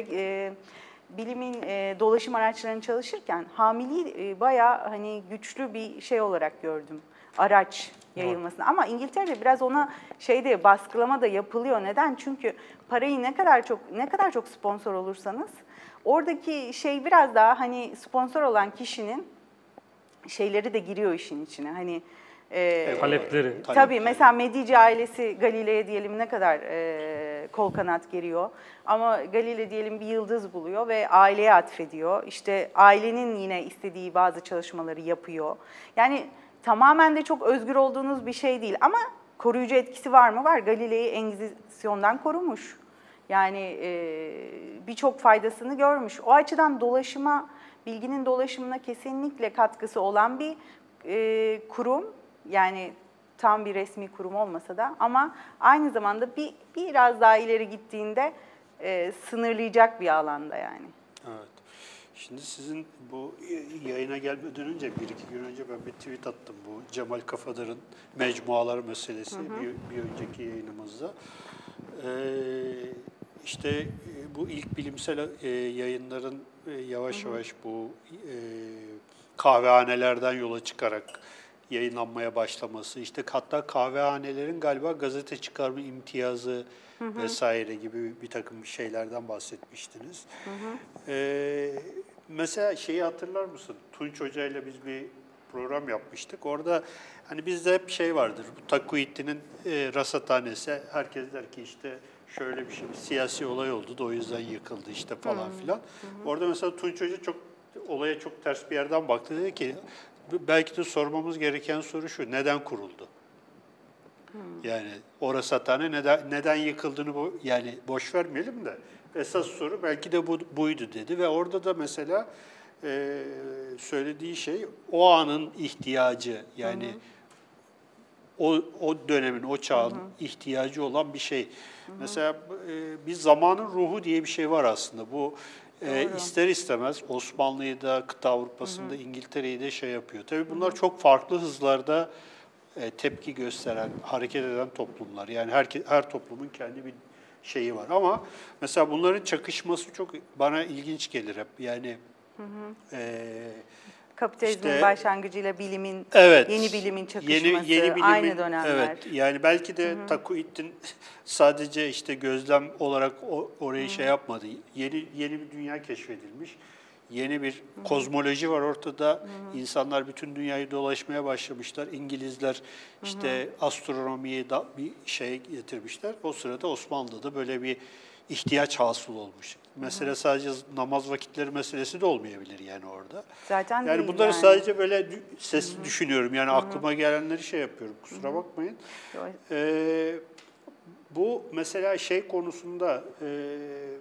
e, bilimin e, dolaşım araçlarını çalışırken hamiliği e, bayağı hani güçlü bir şey olarak gördüm. Araç yayılmasını. Evet. Ama İngiltere'de biraz ona şeyde baskılama da yapılıyor. Neden? Çünkü parayı ne kadar çok ne kadar çok sponsor olursanız oradaki şey biraz daha hani sponsor olan kişinin şeyleri de giriyor işin içine. Hani E, talepleri. Tabii talepleri. Mesela Medici ailesi Galile'ye diyelim ne kadar e, kol kanat geriyor. Ama Galile diyelim bir yıldız buluyor ve aileye atfediyor. İşte ailenin yine istediği bazı çalışmaları yapıyor. Yani tamamen de çok özgür olduğunuz bir şey değil. Ama koruyucu etkisi var mı? Var. Galile'yi Engizisyon'dan korumuş. Yani e, birçok faydasını görmüş. O açıdan dolaşıma, bilginin dolaşımına kesinlikle katkısı olan bir e, kurum. Yani tam bir resmi kurum olmasa da ama aynı zamanda bir biraz daha ileri gittiğinde e, sınırlayacak bir alanda yani. Evet. Şimdi sizin bu yayına gelmeden önce bir iki gün önce ben bir tweet attım bu Cemal Kafadar'ın mecmuaları meselesi hı hı. Bir, bir önceki yayınımızda. Ee, işte bu ilk bilimsel e, yayınların e, yavaş hı hı. yavaş bu e, kahvehanelerden yola çıkarak yayınlanmaya başlaması, işte hatta kahvehanelerin galiba gazete çıkarma imtiyazı hı hı. vesaire gibi bir takım şeylerden bahsetmiştiniz. Hı hı. Ee, mesela şeyi hatırlar mısın? Tunç Hoca ile biz bir program yapmıştık. Orada hani bizde hep şey vardır, bu Takuyitti'nin e, rasathanesi, herkes der ki işte şöyle bir şey, bir siyasi olay oldu da o yüzden yıkıldı işte falan hı hı. filan. Hı hı. Orada mesela Tunç Hoca çok olaya çok ters bir yerden baktı, dedi ki belki de sormamız gereken soru şu, neden kuruldu? Hmm. Yani o rasathane neden, neden yıkıldığını bo, yani boş vermeyelim de esas soru belki de bu, buydu dedi ve orada da mesela e, söylediği şey o anın ihtiyacı yani hı hı. o o dönemin, o çağın hı hı. ihtiyacı olan bir şey. Hı hı. Mesela e, bir zamanın ruhu diye bir şey var aslında. Bu E, ister istemez Osmanlı'yı da, kıta Avrupa'sında İngiltere'yi de şey yapıyor. Tabii bunlar hı hı. çok farklı hızlarda e, tepki gösteren, hareket eden toplumlar. Yani her, her toplumun kendi bir şeyi var. Ama mesela bunların çakışması çok bana ilginç gelir hep. Yani hı hı. E, kapitalizmin işte, başlangıcıyla bilimin, evet, yeni bilimin çakışması, yeni, yeni bilimin, aynı dönemler. Evet, yani belki de Takuyittin sadece işte gözlem olarak orayı hı. şey yapmadı. Yeni yeni bir dünya keşfedilmiş. Yeni bir hı. kozmoloji var ortada. Hı hı. İnsanlar bütün dünyayı dolaşmaya başlamışlar. İngilizler işte hı hı. astronomiye da bir şey getirmişler. O sırada Osmanlı'da böyle bir ihtiyaç hasıl olmuş. Mesele sadece namaz vakitleri meselesi de olmayabilir yani orada. Zaten yani değil bunları yani. sadece böyle ses Hı-hı. düşünüyorum. Yani Hı-hı. aklıma gelenleri şey yapıyorum. Kusura Hı-hı. bakmayın. Ee, bu mesela şey konusunda e,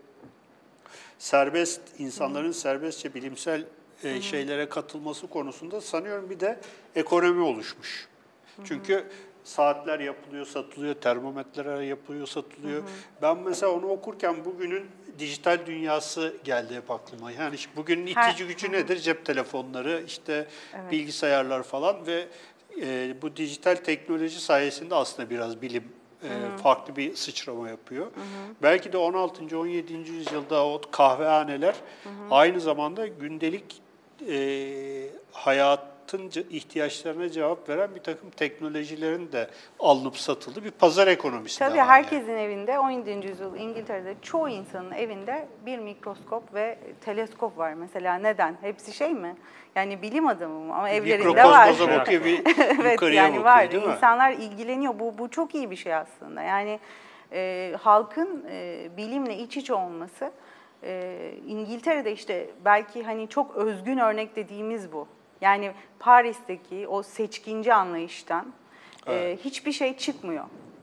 serbest insanların Hı-hı. serbestçe bilimsel e, şeylere katılması konusunda sanıyorum bir de ekonomi oluşmuş. Hı-hı. Çünkü saatler yapılıyor, satılıyor, termometreler yapılıyor, satılıyor. Hı hı. Ben mesela onu okurken bugünün dijital dünyası geldi hep aklıma. Yani işte bugünün itici gücü nedir? Cep telefonları, işte evet. bilgisayarlar falan ve e, bu dijital teknoloji sayesinde aslında biraz bilim e, farklı bir sıçrama yapıyor. Hı hı. Belki de on altıncı on yedinci yüzyılda o kahvehaneler hı hı. aynı zamanda gündelik e, hayat ihtiyaçlarına cevap veren bir takım teknolojilerin de alınıp satıldığı bir pazar ekonomisi Tabii de var. herkesin yani. evinde on yedinci yüzyıl İngiltere'de çoğu insanın evinde bir mikroskop ve teleskop var mesela. Neden? Hepsi şey mi? Yani bilim adamı mı? Ama evlerinde var. Mikrokozmoza bakıyor, bir evet, yukarıya yani bakıyor var. değil mi? İnsanlar ilgileniyor. Bu, bu çok iyi bir şey aslında. Yani e, halkın e, bilimle iç içe olması e, İngiltere'de işte belki hani çok özgün örnek dediğimiz bu. Yani Paris'teki o seçkinci anlayıştan evet. e, hiçbir şey çıkmıyor.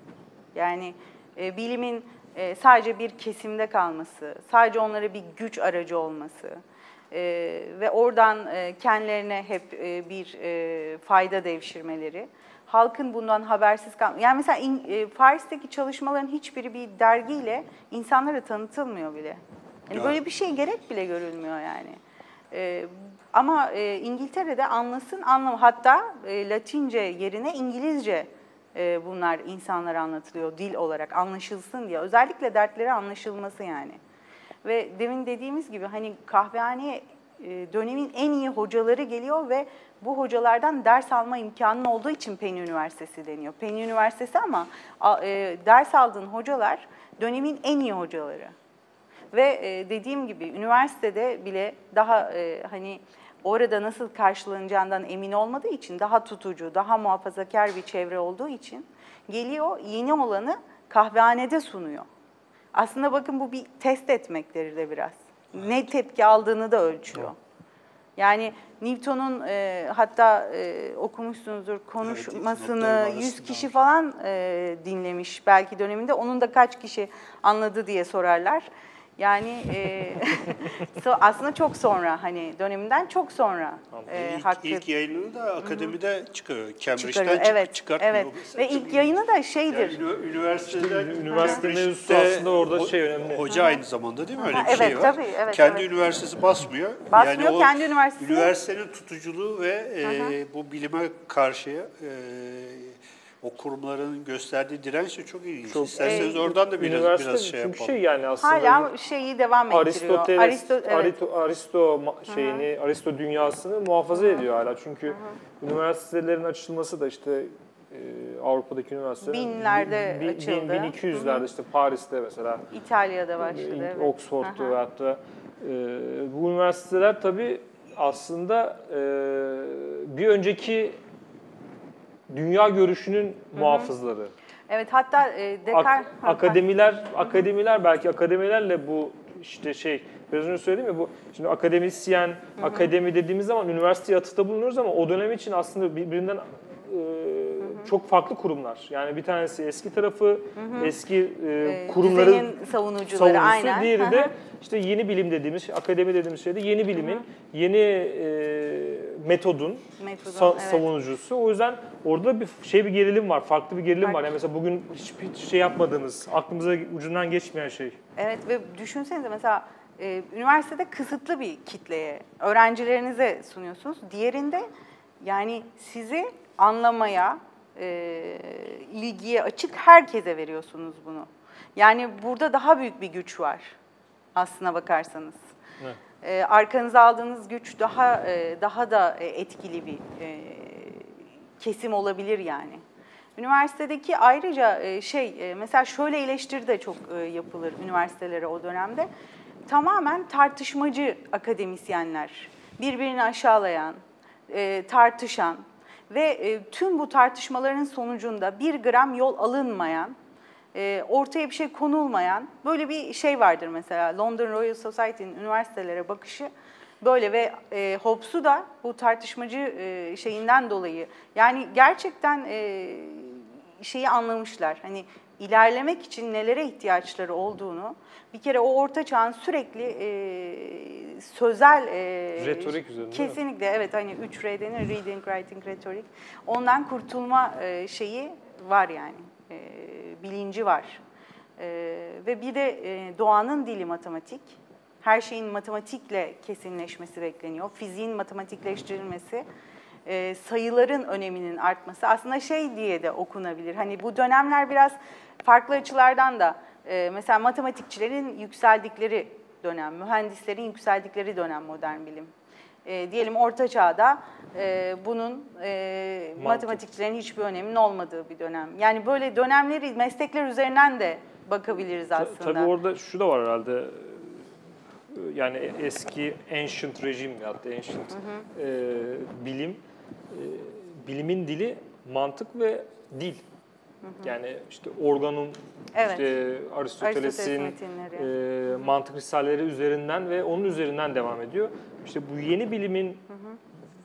Yani e, bilimin e, sadece bir kesimde kalması, sadece onlara bir güç aracı olması e, ve oradan e, kendilerine hep e, bir e, fayda devşirmeleri, halkın bundan habersiz kal. Yani mesela in, e, Paris'teki çalışmaların hiçbiri bir dergiyle insanlara tanıtılmıyor bile. Yani evet. Böyle bir şey gerek bile görülmüyor yani. E, ama e, İngiltere'de anlasın anlam, hatta e, Latince yerine İngilizce e, bunlar insanlara anlatılıyor dil olarak anlaşılsın diye. Özellikle dertleri anlaşılması yani. Ve demin dediğimiz gibi hani kahvehaneye e, dönemin en iyi hocaları geliyor ve bu hocalardan ders alma imkanın olduğu için Penn Üniversitesi deniyor. Penn Üniversitesi ama e, ders aldığın hocalar dönemin en iyi hocaları. Ve e, dediğim gibi üniversitede bile daha e, hani orada nasıl karşılanacağından emin olmadığı için daha tutucu, daha muhafazakar bir çevre olduğu için geliyor yeni olanı kahvehanede sunuyor. Aslında bakın bu bir test etmekleri de biraz. Evet. Ne tepki aldığını da ölçüyor. Evet. Yani Newton'un e, hatta e, okumuşsunuzdur konuşmasını evet, yüz kişi falan e, dinlemiş belki döneminde. Onun da kaç kişi anladı diye sorarlar. Yani e, aslında çok sonra hani döneminden çok sonra e, ilk, hakkı... ilk yayınını da akademide Hı-hı. çıkarıyor. Cambridge'den çık, evet, çıkartmıyor. Evet. Ve ilk ilginç. Yayını da şeydir. Yani üniversiteden işte, üniversite mevzusu aslında orada ho- şey önemli. Hoca Hı-hı. aynı zamanda değil mi? Öyle Hı-hı. bir evet, şey var. Tabii, evet, kendi evet. üniversitesi basmıyor. Basmıyor yani o kendi üniversitesi. Üniversitenin tutuculuğu ve e, bu bilime karşı e, o kurumların gösterdiği direnç de çok ilginç. Çok, İsterseniz e, oradan da biraz biraz şey yapalım. Çünkü şey yani aslında hala şeyi devam ettiriyor. Aristoteles, Aristo, evet. Aristo, Aristo şeyini, Hı-hı. Aristo dünyasını muhafaza Hı-hı. ediyor hala. Çünkü Hı-hı. üniversitelerin açılması da işte e, Avrupa'daki üniversitelerin binlerde bin, açıldı. bin iki yüzlerde işte Paris'te mesela. İtalya'da başladı. E, evet. Oxford'da ve hatta e, bu üniversiteler tabii aslında e, bir önceki dünya görüşünün Hı-hı. muhafızları. Evet, hatta e, Descartes... Ak- akademiler, Hı-hı. akademiler belki akademilerle bu işte şey, biraz önce söyledim ya bu, şimdi akademisyen, Hı-hı. akademi dediğimiz zaman üniversiteye atıfta bulunuyoruz ama o dönem için aslında birbirinden e, çok farklı kurumlar. Yani bir tanesi eski tarafı, Hı-hı. eski e, kurumların düzenin savunucuları, savunucusu, aynen. Diğeri de işte yeni bilim dediğimiz, akademi dediğimiz şeyde yeni bilimin, Hı-hı. yeni e, metodun, Metodun sa- evet. savunucusu. O yüzden orada bir şey bir gerilim var, farklı bir gerilim Fark. var. Yani mesela bugün hiçbir şey yapmadığımız, aklımıza ucundan geçmeyen şey. Evet ve düşünsenize mesela e, üniversitede kısıtlı bir kitleye, öğrencilerinize sunuyorsunuz. Diğerinde yani sizi anlamaya, e, ilgiye açık herkese veriyorsunuz bunu. Yani burada daha büyük bir güç var aslına bakarsanız. Evet. E, arkanıza aldığınız güç daha e, daha da etkili bir e, kesim olabilir yani. Üniversitedeki ayrıca e, şey e, mesela şöyle eleştiri de çok e, yapılır üniversitelere o dönemde. Tamamen tartışmacı akademisyenler, birbirini aşağılayan, e, tartışan ve e, tüm bu tartışmaların sonucunda bir gram yol alınmayan, e, ortaya bir şey konulmayan böyle bir şey vardır mesela. London Royal Society'nin üniversitelere bakışı böyle ve e, Hobbes'u da bu tartışmacı e, şeyinden dolayı yani gerçekten e, şeyi anlamışlar. Hani ilerlemek için nelere ihtiyaçları olduğunu bir kere o orta çağın sürekli e, sözel e, retorik üzerinde. Kesinlikle evet hani üç R denir reading, writing, retorik. Ondan kurtulma e, şeyi var yani, e, bilinci var. E, ve bir de e, doğanın dili matematik. Her şeyin matematikle kesinleşmesi bekleniyor. Fiziğin matematikleştirilmesi, e, sayıların öneminin artması aslında şey diye de okunabilir. Hani bu dönemler biraz farklı açılardan da, e, mesela matematikçilerin yükseldikleri dönem, mühendislerin yükseldikleri dönem modern bilim. E, diyelim Orta Çağ'da e, bunun e, matematikçilerin hiçbir öneminin olmadığı bir dönem. Yani böyle dönemleri meslekler üzerinden de bakabiliriz aslında. Tabii orada şu da var herhalde. Yani eski ancient regime ya da ancient hı hı. E, bilim, e, bilimin dili mantık ve dil. Hı hı. Yani işte Organ'ın, evet. işte Aristoteles'in e, mantık risaleleri üzerinden ve onun üzerinden devam ediyor. İşte bu yeni bilimin hı hı.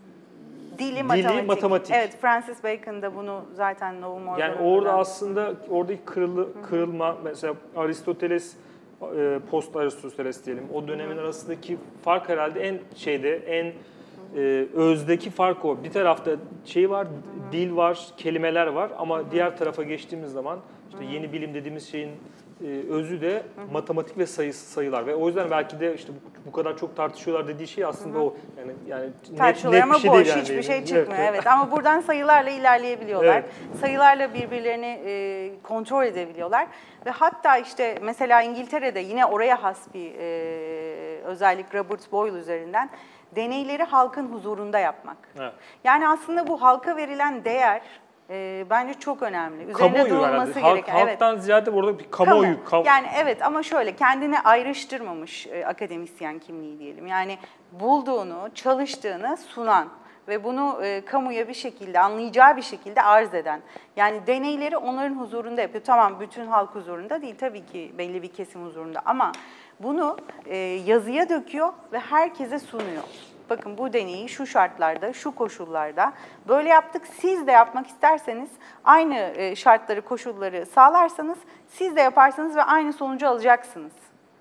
Dili, dili matematik. matematik. Evet, Francis Bacon da bunu zaten Novum Organ'da. Yani orada aslında oradaki kırılı, kırılma, mesela Aristoteles, post Aristoteles diyelim, o dönemin hı hı. arasındaki fark herhalde en şeyde, en hı hı. E, özdeki fark o. Bir tarafta şey var, hı hı. dil var, kelimeler var ama hı hı. diğer tarafa geçtiğimiz zaman işte hı hı. yeni bilim dediğimiz şeyin e, özü de hı hı. matematik ve sayı, sayılar ve o yüzden belki de işte bu, bu kadar çok tartışıyorlar dediği şey aslında hı hı. o yani yani net, net ama bir şey boş, değil yani. Hiçbir şey çıkmıyor. Evet, ama buradan sayılarla ilerleyebiliyorlar. Evet. Sayılarla birbirlerini e, kontrol edebiliyorlar ve hatta işte mesela İngiltere'de yine oraya has bir e, özellik Robert Boyle üzerinden deneyleri halkın huzurunda yapmak. Evet. Yani aslında bu halka verilen değer E, bence çok önemli. Üzerine kamuoyu durulması Halk, gereken. Halktan evet. ziyade burada bir kamuoyu. Kamu. Yani evet ama şöyle kendini ayrıştırmamış e, akademisyen kimliği diyelim. Yani bulduğunu, çalıştığını sunan ve bunu e, kamuya bir şekilde, anlayacağı bir şekilde arz eden. Yani deneyleri onların huzurunda yapıyor. Tamam bütün halk huzurunda değil tabii ki belli bir kesim huzurunda ama bunu e, yazıya döküyor ve herkese sunuyor. Bakın bu deneyi şu şartlarda, şu koşullarda böyle yaptık. Siz de yapmak isterseniz aynı şartları, koşulları sağlarsanız siz de yaparsanız ve aynı sonucu alacaksınız.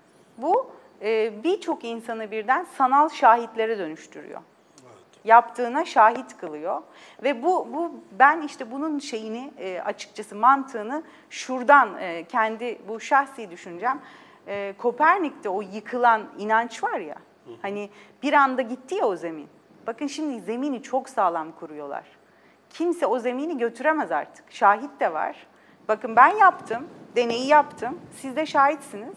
Bu birçok insanı birden sanal şahitlere dönüştürüyor. Evet. Yaptığına şahit kılıyor ve bu bu ben işte bunun şeyini açıkçası mantığını şuradan kendi bu şahsi düşüncem Kopernik'te o yıkılan inanç var ya. Hani bir anda gitti ya o zemin. Bakın şimdi zemini çok sağlam kuruyorlar. Kimse o zemini götüremez artık. Şahit de var. Bakın ben yaptım, deneyi yaptım. Siz de şahitsiniz.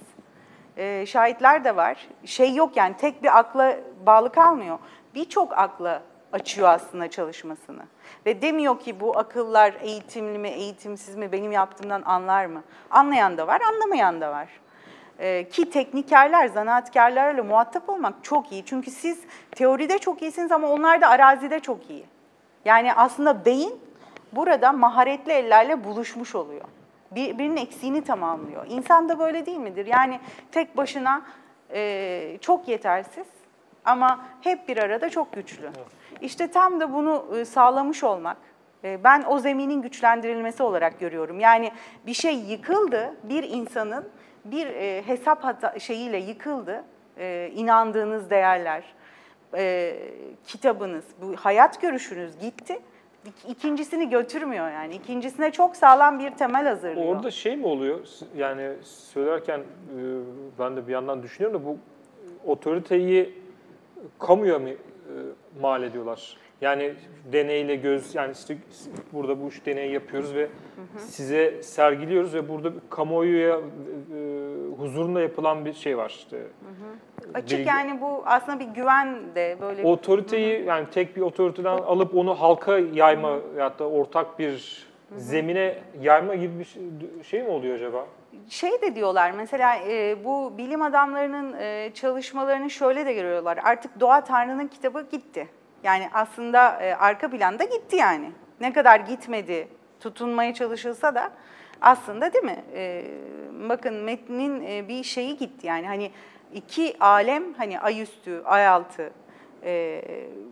Ee, şahitler de var. Şey yok yani tek bir akla bağlı kalmıyor. Birçok akla açıyor aslında çalışmasını. Ve demiyor ki bu akıllar eğitimli mi, eğitimsiz mi, benim yaptığımdan anlar mı? Anlayan da var, anlamayan da var. Ee, ki teknikerler, zanaatkarlarla muhatap olmak çok iyi. Çünkü siz teoride çok iyisiniz ama onlar da arazide çok iyi. Yani aslında beyin burada maharetli ellerle buluşmuş oluyor. Birbirinin eksiğini tamamlıyor. İnsan da böyle değil midir? Yani tek başına e, çok yetersiz ama hep bir arada çok güçlü. İşte tam da bunu e, sağlamış olmak. E, ben o zeminin güçlendirilmesi olarak görüyorum. Yani bir şey yıkıldı, bir insanın bir e, hesap hata şeyiyle yıkıldı, e, inandığınız değerler, e, kitabınız, bu hayat görüşünüz gitti. İkincisini götürmüyor yani. İkincisine çok sağlam bir temel hazırlıyor. Orada şey mi oluyor? Yani söylerken e, ben de bir yandan düşünüyorum da bu otoriteyi kamuya mı e, mal ediyorlar? Yani deneyle göz, yani işte burada bu üç deneyi yapıyoruz ve hı hı. size sergiliyoruz ve burada kamuoyuya e, huzurunda yapılan bir şey var işte. Hı hı. Açık bilgi. Yani bu aslında bir güven de böyle. Otoriteyi hı hı. yani tek bir otoriteden o, alıp onu halka yayma hı hı. ya da ortak bir hı hı. zemine yayma gibi bir şey, şey mi oluyor acaba? Şey de diyorlar mesela e, bu bilim adamlarının e, çalışmalarını şöyle de görüyorlar. Artık Doğa Tanrı'nın kitabı gitti. Yani aslında e, arka planda gitti yani. Ne kadar gitmedi, tutunmaya çalışılsa da aslında değil mi? E, bakın metnin e, bir şeyi gitti yani. Hani iki alem, hani ay üstü, ay altı, e,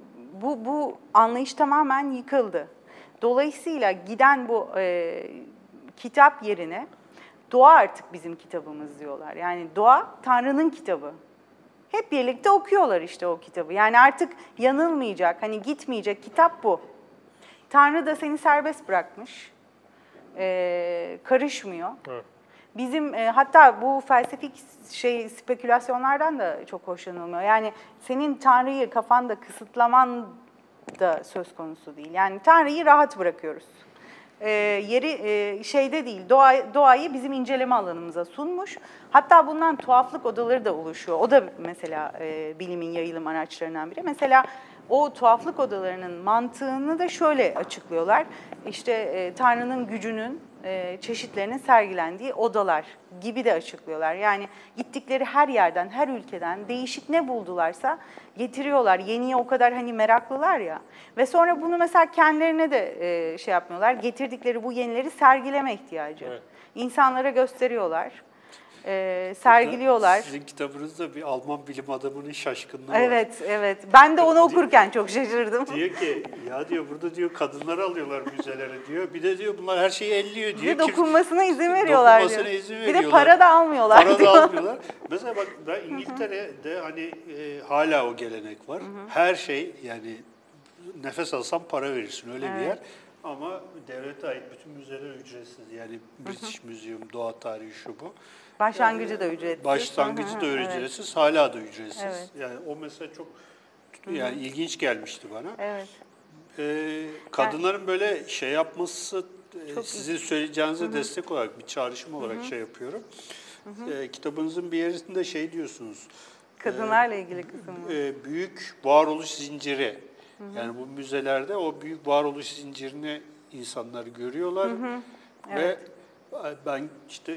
bu, bu anlayış tamamen yıkıldı. Dolayısıyla giden bu e, kitap yerine doğa artık bizim kitabımız diyorlar. Yani doğa Tanrı'nın kitabı. Hep birlikte okuyorlar işte o kitabı. Yani artık yanılmayacak, hani gitmeyecek kitap bu. Tanrı da seni serbest bırakmış. e, karışmıyor. Evet. Bizim e, hatta bu felsefik şey spekülasyonlardan da çok hoşlanılmıyor. Yani senin Tanrı'yı kafanda kısıtlaman da söz konusu değil. Yani Tanrı'yı rahat bırakıyoruz. E, yeri e, şeyde değil, doğa, doğayı bizim inceleme alanımıza sunmuş. Hatta bundan tuhaflık odaları da oluşuyor. O da mesela e, bilimin yayılım araçlarından biri. Mesela o tuhaflık odalarının mantığını da şöyle açıklıyorlar. İşte e, Tanrı'nın gücünün e, çeşitlerinin sergilendiği odalar gibi de açıklıyorlar. Yani gittikleri her yerden, her ülkeden değişik ne buldularsa getiriyorlar. Yeniye o kadar hani meraklılar ya. Ve sonra bunu mesela kendilerine de e, şey yapmıyorlar. Getirdikleri bu yenileri sergileme ihtiyacı. Evet. İnsanlara gösteriyorlar. E, sergiliyorlar. Sizin kitabınızda bir Alman bilim adamının şaşkınlığı var. Evet, evet. Ben de onu okurken çok şaşırdım. Diyor ki, ya diyor burada diyor kadınları alıyorlar müzelere diyor. Bir de diyor bunlar her şeyi elliyor diyor. Bir de dokunmasına izin veriyorlar Dokunmasına diyor. izin Bir veriyorlar. de para da almıyorlar Para diyor. da almıyorlar. Mesela bak ben İngiltere'de hani e, hala o gelenek var. Her şey yani nefes alsan para verirsin öyle bir Evet. yer. Ama devlete ait bütün müzeler ücretsiz. Yani British Museum, Doğa Tarihi şu bu. Başlangıcı da ücretsiz. Başlangıcı Hı da hı, evet. ücretsiz, hala da ücretsiz. Evet. Yani o mesela çok yani ilginç gelmişti bana. Evet. Ee, kadınların böyle şey yapması, e, Çok sizin söyleyeceğinize destek olarak bir çağrışım olarak şey yapıyorum. Ee, kitabınızın bir yerinde şey diyorsunuz. Kadınlarla ilgili kısım var. e, büyük varoluş zinciri. Yani bu müzelerde o büyük varoluş zincirini insanlar görüyorlar ve ben işte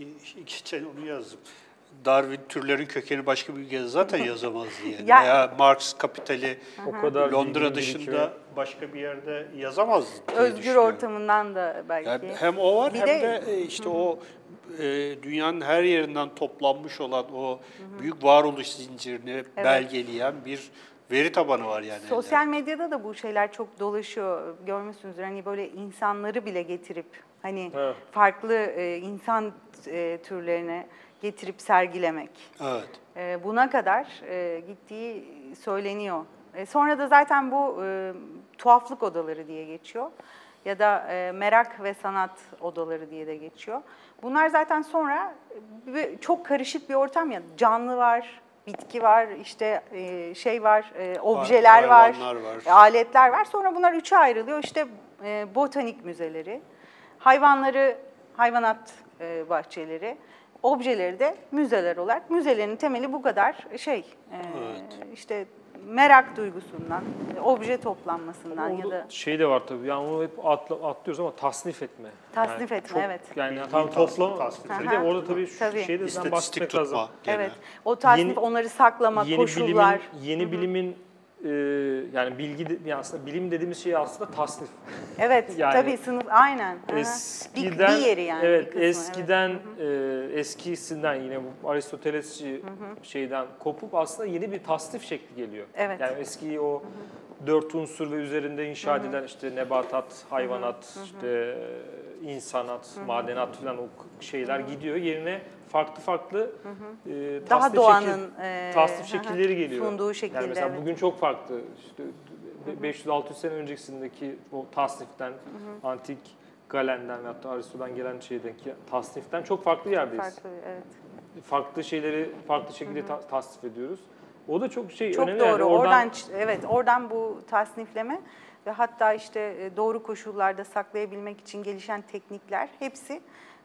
geçen onu yazdım. Darwin türlerin kökeni başka bir ülkede zaten yazamazdı yani. Ya- Veya Marx Kapitali O kadar Londra bilginin dışında birikimi. başka bir yerde yazamazdı diye Özgür düşünüyorum. ortamından da belki. Yani hem o var Bir hem de- de, e, işte o e, dünyanın her yerinden toplanmış olan o büyük varoluş zincirini belgeleyen bir veri tabanı var yani. Sosyal elde. medyada da bu şeyler çok dolaşıyor. Görmüşsünüzdür. Hani böyle insanları bile getirip hani Evet. farklı e, insan e, türlerine getirip sergilemek. Evet. E, buna kadar e, gittiği söyleniyor. E, sonra da zaten bu e, tuhaflık odaları diye geçiyor. Ya da e, merak ve sanat odaları diye de geçiyor. Bunlar zaten sonra e, çok karışık bir ortam ya. Canlı var, bitki var, işte e, şey var, e, objeler var, hayvanlar var. e, aletler var. Sonra bunlar üçe ayrılıyor. İşte e, botanik müzeleri, hayvanları, hayvanat e, bahçeleri, objeleri de müzeler olarak. Müzelerin temeli bu kadar şey, e, işte merak duygusundan, e, obje toplanmasından ya Orada da şey de var tabii. Yani onu hep atla, atlıyoruz ama tasnif etme. Tasnif etme, çok- evet. Yani Bilgi tam tas- toplama. tasnif Bir de Aha. orada tabii şu Tabii. şeyde İstatistik bahsetmek tutma lazım. gene. evet, o tasnif, Yeni- onları saklama, Yeni koşullar. bilimin, yeni bilimin e, yani bilgi de- yani aslında bilim dediğimiz şey aslında tasnif. Evet, Yani tabii sınıf aynen. Aha. bir, Eskiden bir yeri yani. bir evet kısmı, eskiden e, eskisinden yine bu Aristotelesçi şeyden kopup aslında yeni bir tasnif şekli geliyor. Evet. Yani eski o dört unsur ve üzerinde inşa edilen işte nebatat, hayvanat, işte insanat, madenat falan o şeyler gidiyor. Yerine farklı farklı e, Daha tasnif doğanın, şekil- e, tasnif aha, şekilleri geliyor. sunduğu şekilde, Yani mesela evet. bugün çok farklı. İşte beş yüz altı yüz sene öncesindeki o tasniften, antik Galen'den ve hatta Aristo'dan gelen şeydeki tasniften çok farklı yerdeyiz. Farklı, evet. Farklı şeyleri farklı şekilde ta- tasnif ediyoruz. O da çok şey Çok önemli. doğru. Yani Oradan ç- evet, oradan bu tasnifleme ve hatta işte e, doğru koşullarda saklayabilmek için gelişen teknikler hepsi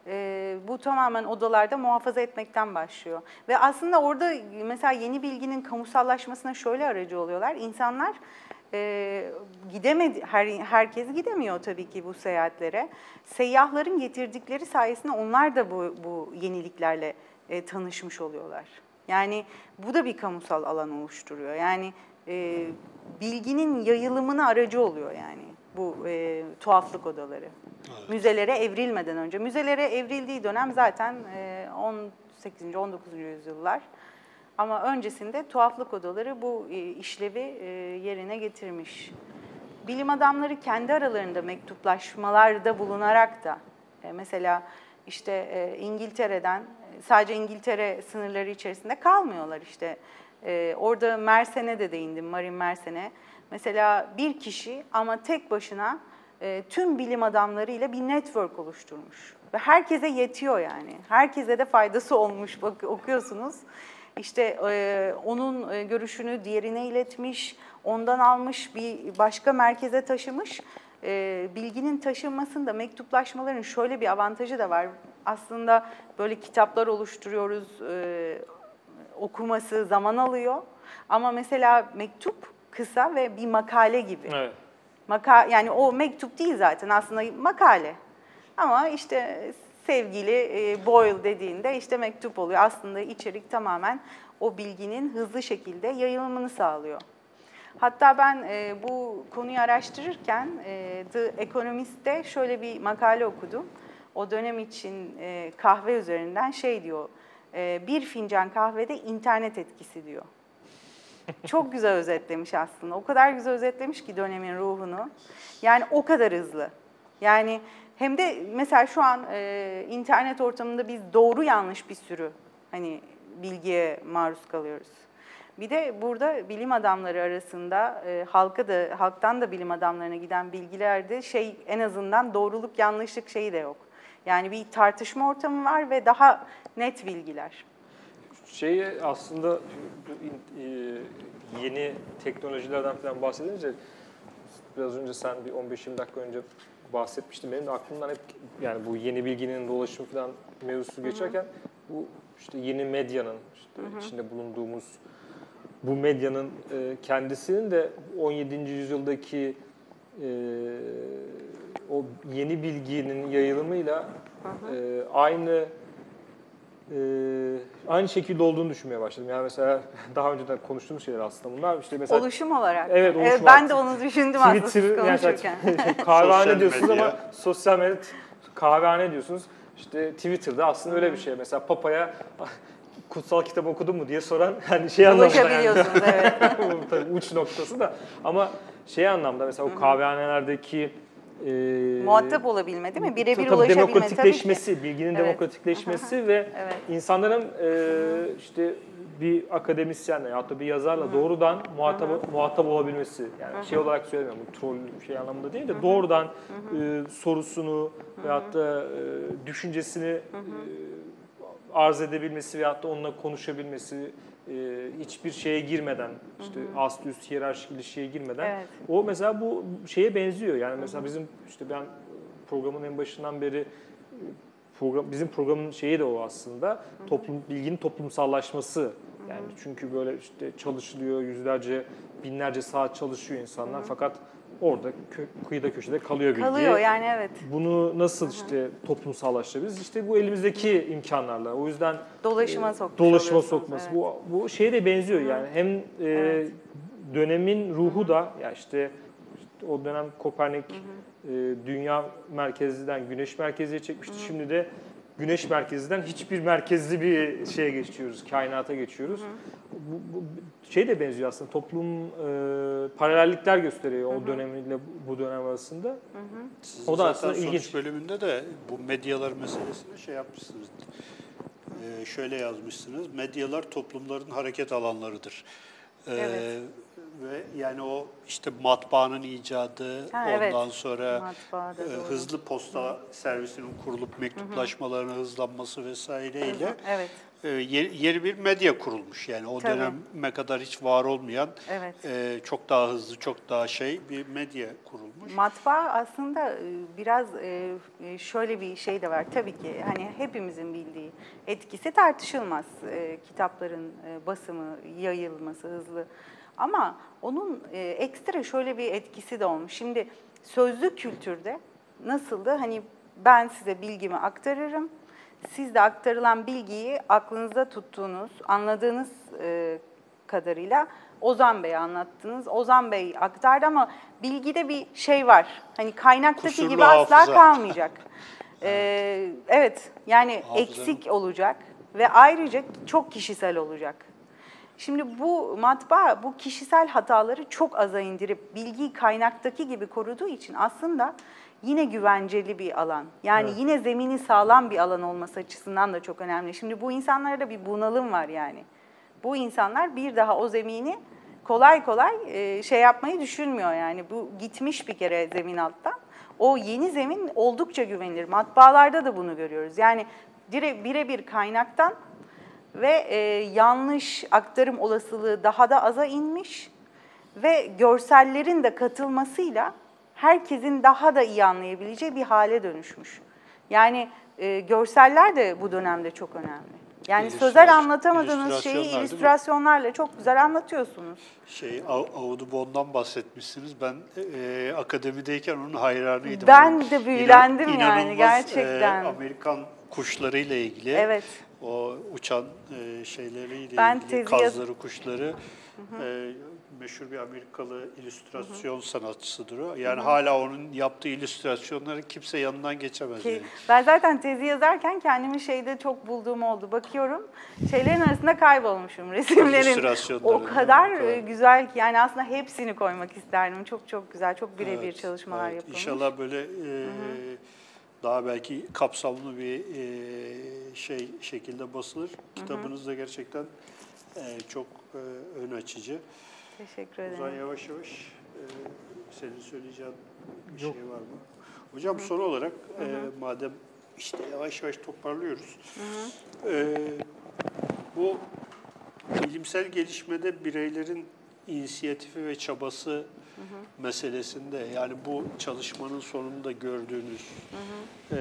e, bu tamamen odalarda muhafaza etmekten başlıyor. Ve aslında orada mesela yeni bilginin kamusallaşmasına şöyle aracı oluyorlar. İnsanlar e, gidemedi, her, herkes gidemiyor tabii ki bu seyahatlere. Seyyahların getirdikleri sayesinde onlar da bu, bu yeniliklerle e, tanışmış oluyorlar. Yani bu da bir kamusal alan oluşturuyor. Yani e, bilginin yayılımına aracı oluyor yani bu e, tuhaflık odaları. Evet. Müzelere evrilmeden önce. Müzelere evrildiği dönem zaten e, on sekizinci on dokuzuncu yüzyıllar. Ama öncesinde tuhaflık odaları bu e, işlevi e, yerine getirmiş. Bilim adamları kendi aralarında mektuplaşmalarda bulunarak da e, mesela işte e, İngiltere'den e, sadece İngiltere sınırları içerisinde kalmıyorlar işte. E, orada Mersen'e de değindim, Marin Mersen'e. Mesela bir kişi ama tek başına e, tüm bilim adamlarıyla bir network oluşturmuş. Ve herkese yetiyor yani. Herkese de faydası olmuş. Bak, okuyorsunuz. İşte e, onun e, görüşünü diğerine iletmiş, ondan almış, bir başka merkeze taşımış. E, bilginin taşınmasında mektuplaşmaların şöyle bir avantajı da var. Aslında böyle kitaplar oluşturuyoruz, e, okuması zaman alıyor. Ama mesela mektup kısa ve bir makale gibi. Evet. Maka yani o mektup değil zaten, aslında makale. Ama işte sevgili e, Boyle dediğinde işte mektup oluyor. Aslında içerik tamamen o bilginin hızlı şekilde yayılımını sağlıyor. Hatta ben e, bu konuyu araştırırken e, The Economist'te şöyle bir makale okudum. O dönem için e, kahve üzerinden şey diyor, e, bir fincan kahvede internet etkisi diyor. Çok güzel özetlemiş aslında. O kadar güzel özetlemiş ki dönemin ruhunu. Yani o kadar hızlı. Yani hem de mesela şu an e, internet ortamında biz doğru yanlış bir sürü hani bilgiye maruz kalıyoruz. Bir de burada bilim adamları arasında e, halka da halktan da bilim adamlarına giden bilgilerde şey, en azından doğruluk yanlışlık şeyi de yok. Yani bir tartışma ortamı var ve daha net bilgiler. Şeyi aslında yeni teknolojilerden falan bahsedince biraz önce sen bir on beş yirmi dakika önce bahsetmiştin. Benim de aklımdan hep yani bu yeni bilginin dolaşımı falan mevzusu geçerken bu işte yeni medyanın işte hı hı. içinde bulunduğumuz bu medyanın kendisinin de on yedinci yüzyıldaki o yeni bilginin yayılımıyla hı hı. aynı Ee, aynı şekilde olduğunu düşünmeye başladım. Yani mesela daha önceden konuştuğumuz şeyler aslında bunlar. İşte mesela oluşum olarak. Evet, oluşum evet olarak. Ben de onu düşündüm aslında siz konuşurken. Yani, kahvehane diyorsunuz ama sosyal medya kahvehane diyorsunuz. İşte Twitter'da aslında öyle bir şey. Mesela Papa'ya kutsal kitap okudun mu diye soran hani şey anlamda yani. Ulaşabiliyorsunuz evet. Tabii uç noktası da ama şey anlamda mesela o kahvehanelerdeki E, muhatap olabilme değil mi? Birebir tabii ulaşabilme demokratikleşmesi, tabii ki. bilginin evet. demokratikleşmesi ve evet. insanların e, işte bir akademisyenle ya da bir yazarla Hı-hı. doğrudan muhatap Hı-hı. muhatap olabilmesi. Yani Hı-hı. şey olarak söylemiyorum, bu troll şey anlamında değil de Hı-hı. doğrudan e, sorusunu Hı-hı. veyahut da e, düşüncesini e, arz edebilmesi veyahut da onunla konuşabilmesi, e, hiçbir şeye girmeden, işte hı hı. ast üst hiyerarşik ilişkiye girmeden, evet. o mesela bu şeye benziyor. Yani mesela hı hı. bizim işte ben programın en başından beri program bizim programın şeyi de o aslında. Hı hı. Toplum bilginin toplumsallaşması. Yani hı hı. çünkü böyle işte çalışılıyor, yüzlerce, binlerce saat çalışıyor insanlar hı hı. fakat orada kö- kıyıda köşede kalıyor bilgi. Kalıyor yani evet. Bunu nasıl işte toplumsallaştırabiliriz? İşte bu elimizdeki imkanlarla. O yüzden dolaşıma e, sokmuş dolaşıma sokması. Evet. Bu bu şeye de benziyor Hı-hı. yani. Hem e, evet. dönemin ruhu Hı-hı. da ya işte, işte o dönem Kopernik e, dünya merkezliden güneş merkeziye çekmişti. Hı-hı. Şimdi de güneş merkeziden hiçbir merkezli bir şeye geçiyoruz, kainata geçiyoruz. Hı hı. Bu, bu şey de benziyor aslında, toplum e, paralellikler gösteriyor hı hı. o dönemiyle bu dönem arasında. Hı hı. Sizin o da aslında ilginç. Sonuç bölümünde de bu medyalar meselesini şey yapmışsınız. Ee, şöyle yazmışsınız, medyalar toplumların hareket alanlarıdır. Ee, evet. Ve yani o işte matbaanın icadı, ha, ondan evet. sonra e, hızlı posta Hı. servisinin kurulup mektuplaşmalarının hızlanması vesaireyle evet. e, yeni bir medya kurulmuş. Yani o Tabii. döneme kadar hiç var olmayan evet. e, çok daha hızlı, çok daha şey bir medya kurulmuş. Matbaa aslında biraz e, şöyle bir şey de var. Tabii ki hani hepimizin bildiği etkisi tartışılmaz. E, kitapların e, basımı, yayılması hızlı. Ama onun e, ekstra şöyle bir etkisi de olmuş. Şimdi sözlü kültürde nasıldı? Hani ben size bilgimi aktarırım. Siz de aktarılan bilgiyi aklınızda tuttuğunuz, anladığınız e, kadarıyla Ozan Bey'e anlattınız. Ozan Bey aktardı ama bilgide bir şey var. Hani kaynaktaki Kusurlu gibi hafıza. asla kalmayacak. ee, evet, yani Hafızanın. eksik olacak ve ayrıca çok kişisel olacak. Şimdi bu matbaa bu kişisel hataları çok aza indirip bilgiyi kaynaktaki gibi koruduğu için aslında yine güvenceli bir alan. Yani evet. yine zemini sağlam bir alan olması açısından da çok önemli. Şimdi bu insanlarda bir bunalım var yani. Bu insanlar bir daha o zemini kolay kolay şey yapmayı düşünmüyor yani. Bu gitmiş bir kere zemin alttan. o yeni zemin oldukça güvenilir. Matbaalarda da bunu görüyoruz. Yani dire, birebir kaynaktan ve e, yanlış aktarım olasılığı daha da aza inmiş ve görsellerin de katılmasıyla herkesin daha da iyi anlayabileceği bir hale dönüşmüş. Yani e, görseller de bu dönemde çok önemli. Yani sözel anlatamadığınız şeyi illüstrasyonlarla çok güzel anlatıyorsunuz. Şey, Audubon'dan bahsetmişsiniz. Ben e, akademideyken onun hayranıydım. Ben onun de büyülendim inan, yani gerçekten. E, Amerikan kuşlarıyla ilgili, evet. o uçan e, şeyleriyle ben ilgili, kazları, kuşları. Hı hı. E, meşhur bir Amerikalı illüstrasyon hı hı. sanatçısıdır o. Yani hı hı. hala onun yaptığı illüstrasyonları kimse yanından geçemez. Ki, yani. Ben zaten tezi yazarken kendimi şeyde çok bulduğum oldu. Bakıyorum şeylerin arasında kaybolmuşum resimlerin. O kadar evet. güzel ki yani aslında hepsini koymak isterdim. Çok çok güzel, çok birebir evet, çalışmalar evet. yapılmış. İnşallah böyle e, daha belki kapsamlı bir e, şey şekilde basılır. Kitabınız da gerçekten e, çok e, ön açıcı. Teşekkür ederim. O zaman yavaş yavaş e, senin söyleyeceğin bir Yok. şey var mı? Hocam Hı-hı. son olarak e, madem işte yavaş yavaş toparlıyoruz. E, bu bilimsel gelişmede bireylerin inisiyatifi ve çabası Hı-hı. meselesinde yani bu çalışmanın sonunda gördüğünüz e,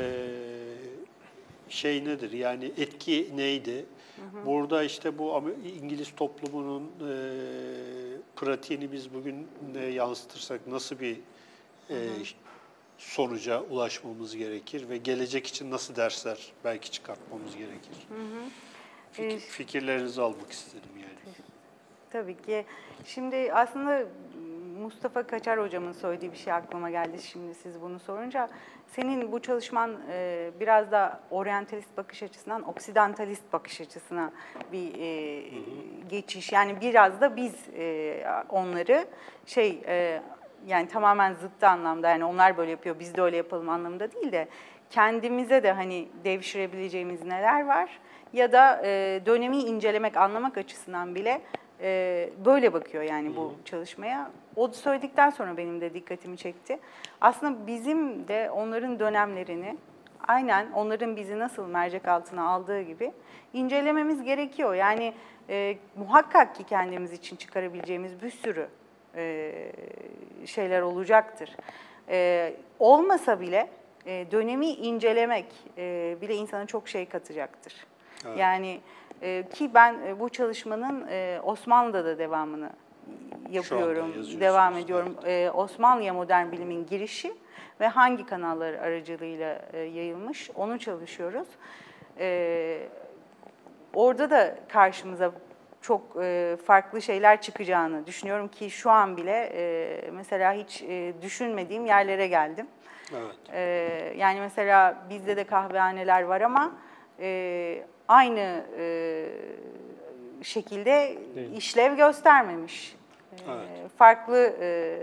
şey nedir? Yani etki neydi? Hı hı. Burada işte bu İngiliz toplumunun e, pratiğini biz bugün ne yansıtırsak nasıl bir e, hı hı. sonuca ulaşmamız gerekir ve gelecek için nasıl dersler belki çıkartmamız gerekir? Hı hı. Fikir, fikirlerinizi almak istedim yani. Tabii ki. Şimdi aslında Mustafa Kaçar hocamın söylediği bir şey aklıma geldi şimdi siz bunu sorunca. Senin bu çalışman e, biraz da oryantalist bakış açısından oksidantalist bakış açısına bir e, hı hı. geçiş. Yani biraz da biz e, onları şey e, yani tamamen zıttı anlamda yani onlar böyle yapıyor biz de öyle yapalım anlamında değil de kendimize de hani devşirebileceğimiz neler var ya da e, dönemi incelemek, anlamak açısından bile e, böyle bakıyor yani bu çalışmaya. O söyledikten sonra benim de dikkatimi çekti. Aslında bizim de onların dönemlerini aynen onların bizi nasıl mercek altına aldığı gibi incelememiz gerekiyor. Yani e, muhakkak ki kendimiz için çıkarabileceğimiz bir sürü e, şeyler olacaktır. E, olmasa bile e, dönemi incelemek e, bile insana çok şey katacaktır. Evet. Yani e, ki ben e, bu çalışmanın e, Osmanlı'da da devamını yapıyorum, devam ediyorum. Evet. E, Osmanlı'ya modern bilimin girişi ve hangi kanallar aracılığıyla e, yayılmış onu çalışıyoruz. E, orada da karşımıza çok e, farklı şeyler çıkacağını düşünüyorum ki şu an bile e, mesela hiç e, düşünmediğim yerlere geldim. Evet. E, yani mesela bizde de kahvehaneler var ama e, aynı e, şekilde Değil. işlev göstermemiş. Evet. E, farklı e,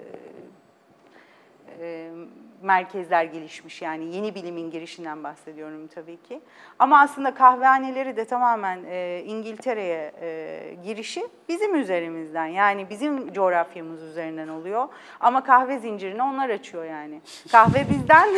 e, merkezler gelişmiş yani yeni bilimin girişinden bahsediyorum tabii ki. Ama aslında kahvehaneleri de tamamen e, İngiltere'ye e, girişi bizim üzerimizden yani bizim coğrafyamız üzerinden oluyor. Ama kahve zincirini onlar açıyor yani. Kahve bizden.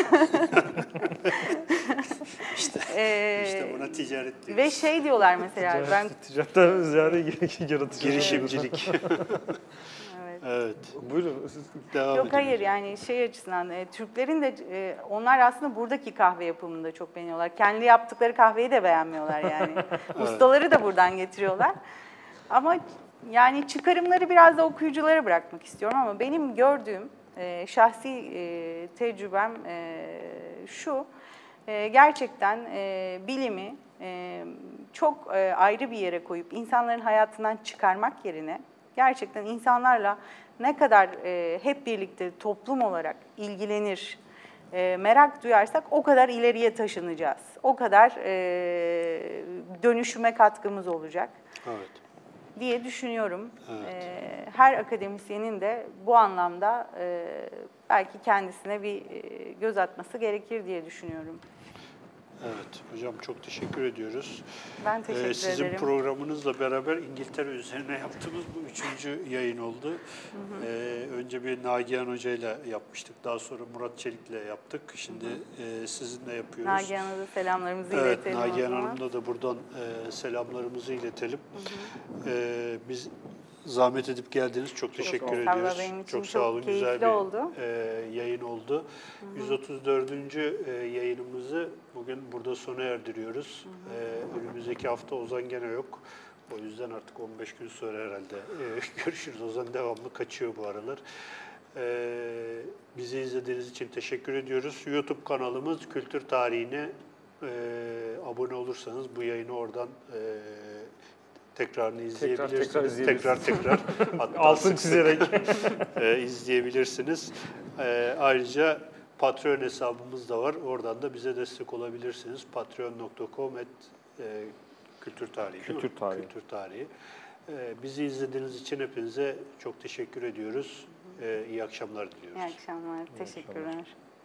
işte, ee, işte buna ticaret diyoruz. Ve şey diyorlar mesela. Ticaret, ben ticaretten ziyade yaratıcı. Girişimcilik. Evet. Evet. Buyurun. Devam Yok edelim. hayır yani şey açısından e, Türklerin de e, onlar aslında buradaki kahve yapımını da çok beğeniyorlar. Kendi yaptıkları kahveyi de beğenmiyorlar yani. Ustaları da buradan getiriyorlar. Ama yani çıkarımları biraz da okuyuculara bırakmak istiyorum ama benim gördüğüm e, şahsi e, tecrübem e, şu. E, gerçekten e, bilimi e, çok e, ayrı bir yere koyup insanların hayatından çıkarmak yerine gerçekten insanlarla ne kadar e, hep birlikte toplum olarak ilgilenir, e, merak duyarsak o kadar ileriye taşınacağız. O kadar e, dönüşüme katkımız olacak evet. diye düşünüyorum. Evet. E, her akademisyenin de bu anlamda e, belki kendisine bir e, göz atması gerekir diye düşünüyorum. Evet hocam, çok teşekkür ediyoruz. Ben teşekkür Ee, sizin ederim. programınızla beraber İngiltere üzerine yaptığımız bu üçüncü yayın oldu. Ee, önce bir Nagihan Hoca ile yapmıştık. Daha sonra Murat Çelik'le yaptık. Şimdi e, sizinle yapıyoruz. Nagihan'a da selamlarımızı Evet, iletelim Nagihan o zaman. Hanım'la da buradan e, selamlarımızı iletelim. E, biz zahmet edip geldiniz. Çok teşekkür sağ olun. ediyoruz. Benim için Çok sağ çok olun. Güzel keyifli bir oldu. e, yayın oldu. yüz otuz dördüncü E, yayınımızı bugün burada sona erdiriyoruz. E, önümüzdeki hafta Ozan gene yok. O yüzden artık on beş gün sonra herhalde e, görüşürüz. Ozan devamlı kaçıyor bu aralar. E, bizi izlediğiniz için teşekkür ediyoruz. YouTube kanalımız Kültür Tarihine e, abone olursanız bu yayını oradan e, tekrarını izleyebilirsiniz. tekrar izleyebilirsiniz. Tekrar tekrar hatta Altın sık sık, çizerek. e, izleyebilirsiniz. E, ayrıca Patreon hesabımız da var. Oradan da bize destek olabilirsiniz. patreon nokta com et kültür tarihi. Kültür tarihi. Kültür tarihi. E, bizi izlediğiniz için hepinize çok teşekkür ediyoruz. E, iyi akşamlar diliyoruz. İyi akşamlar. Teşekkürler.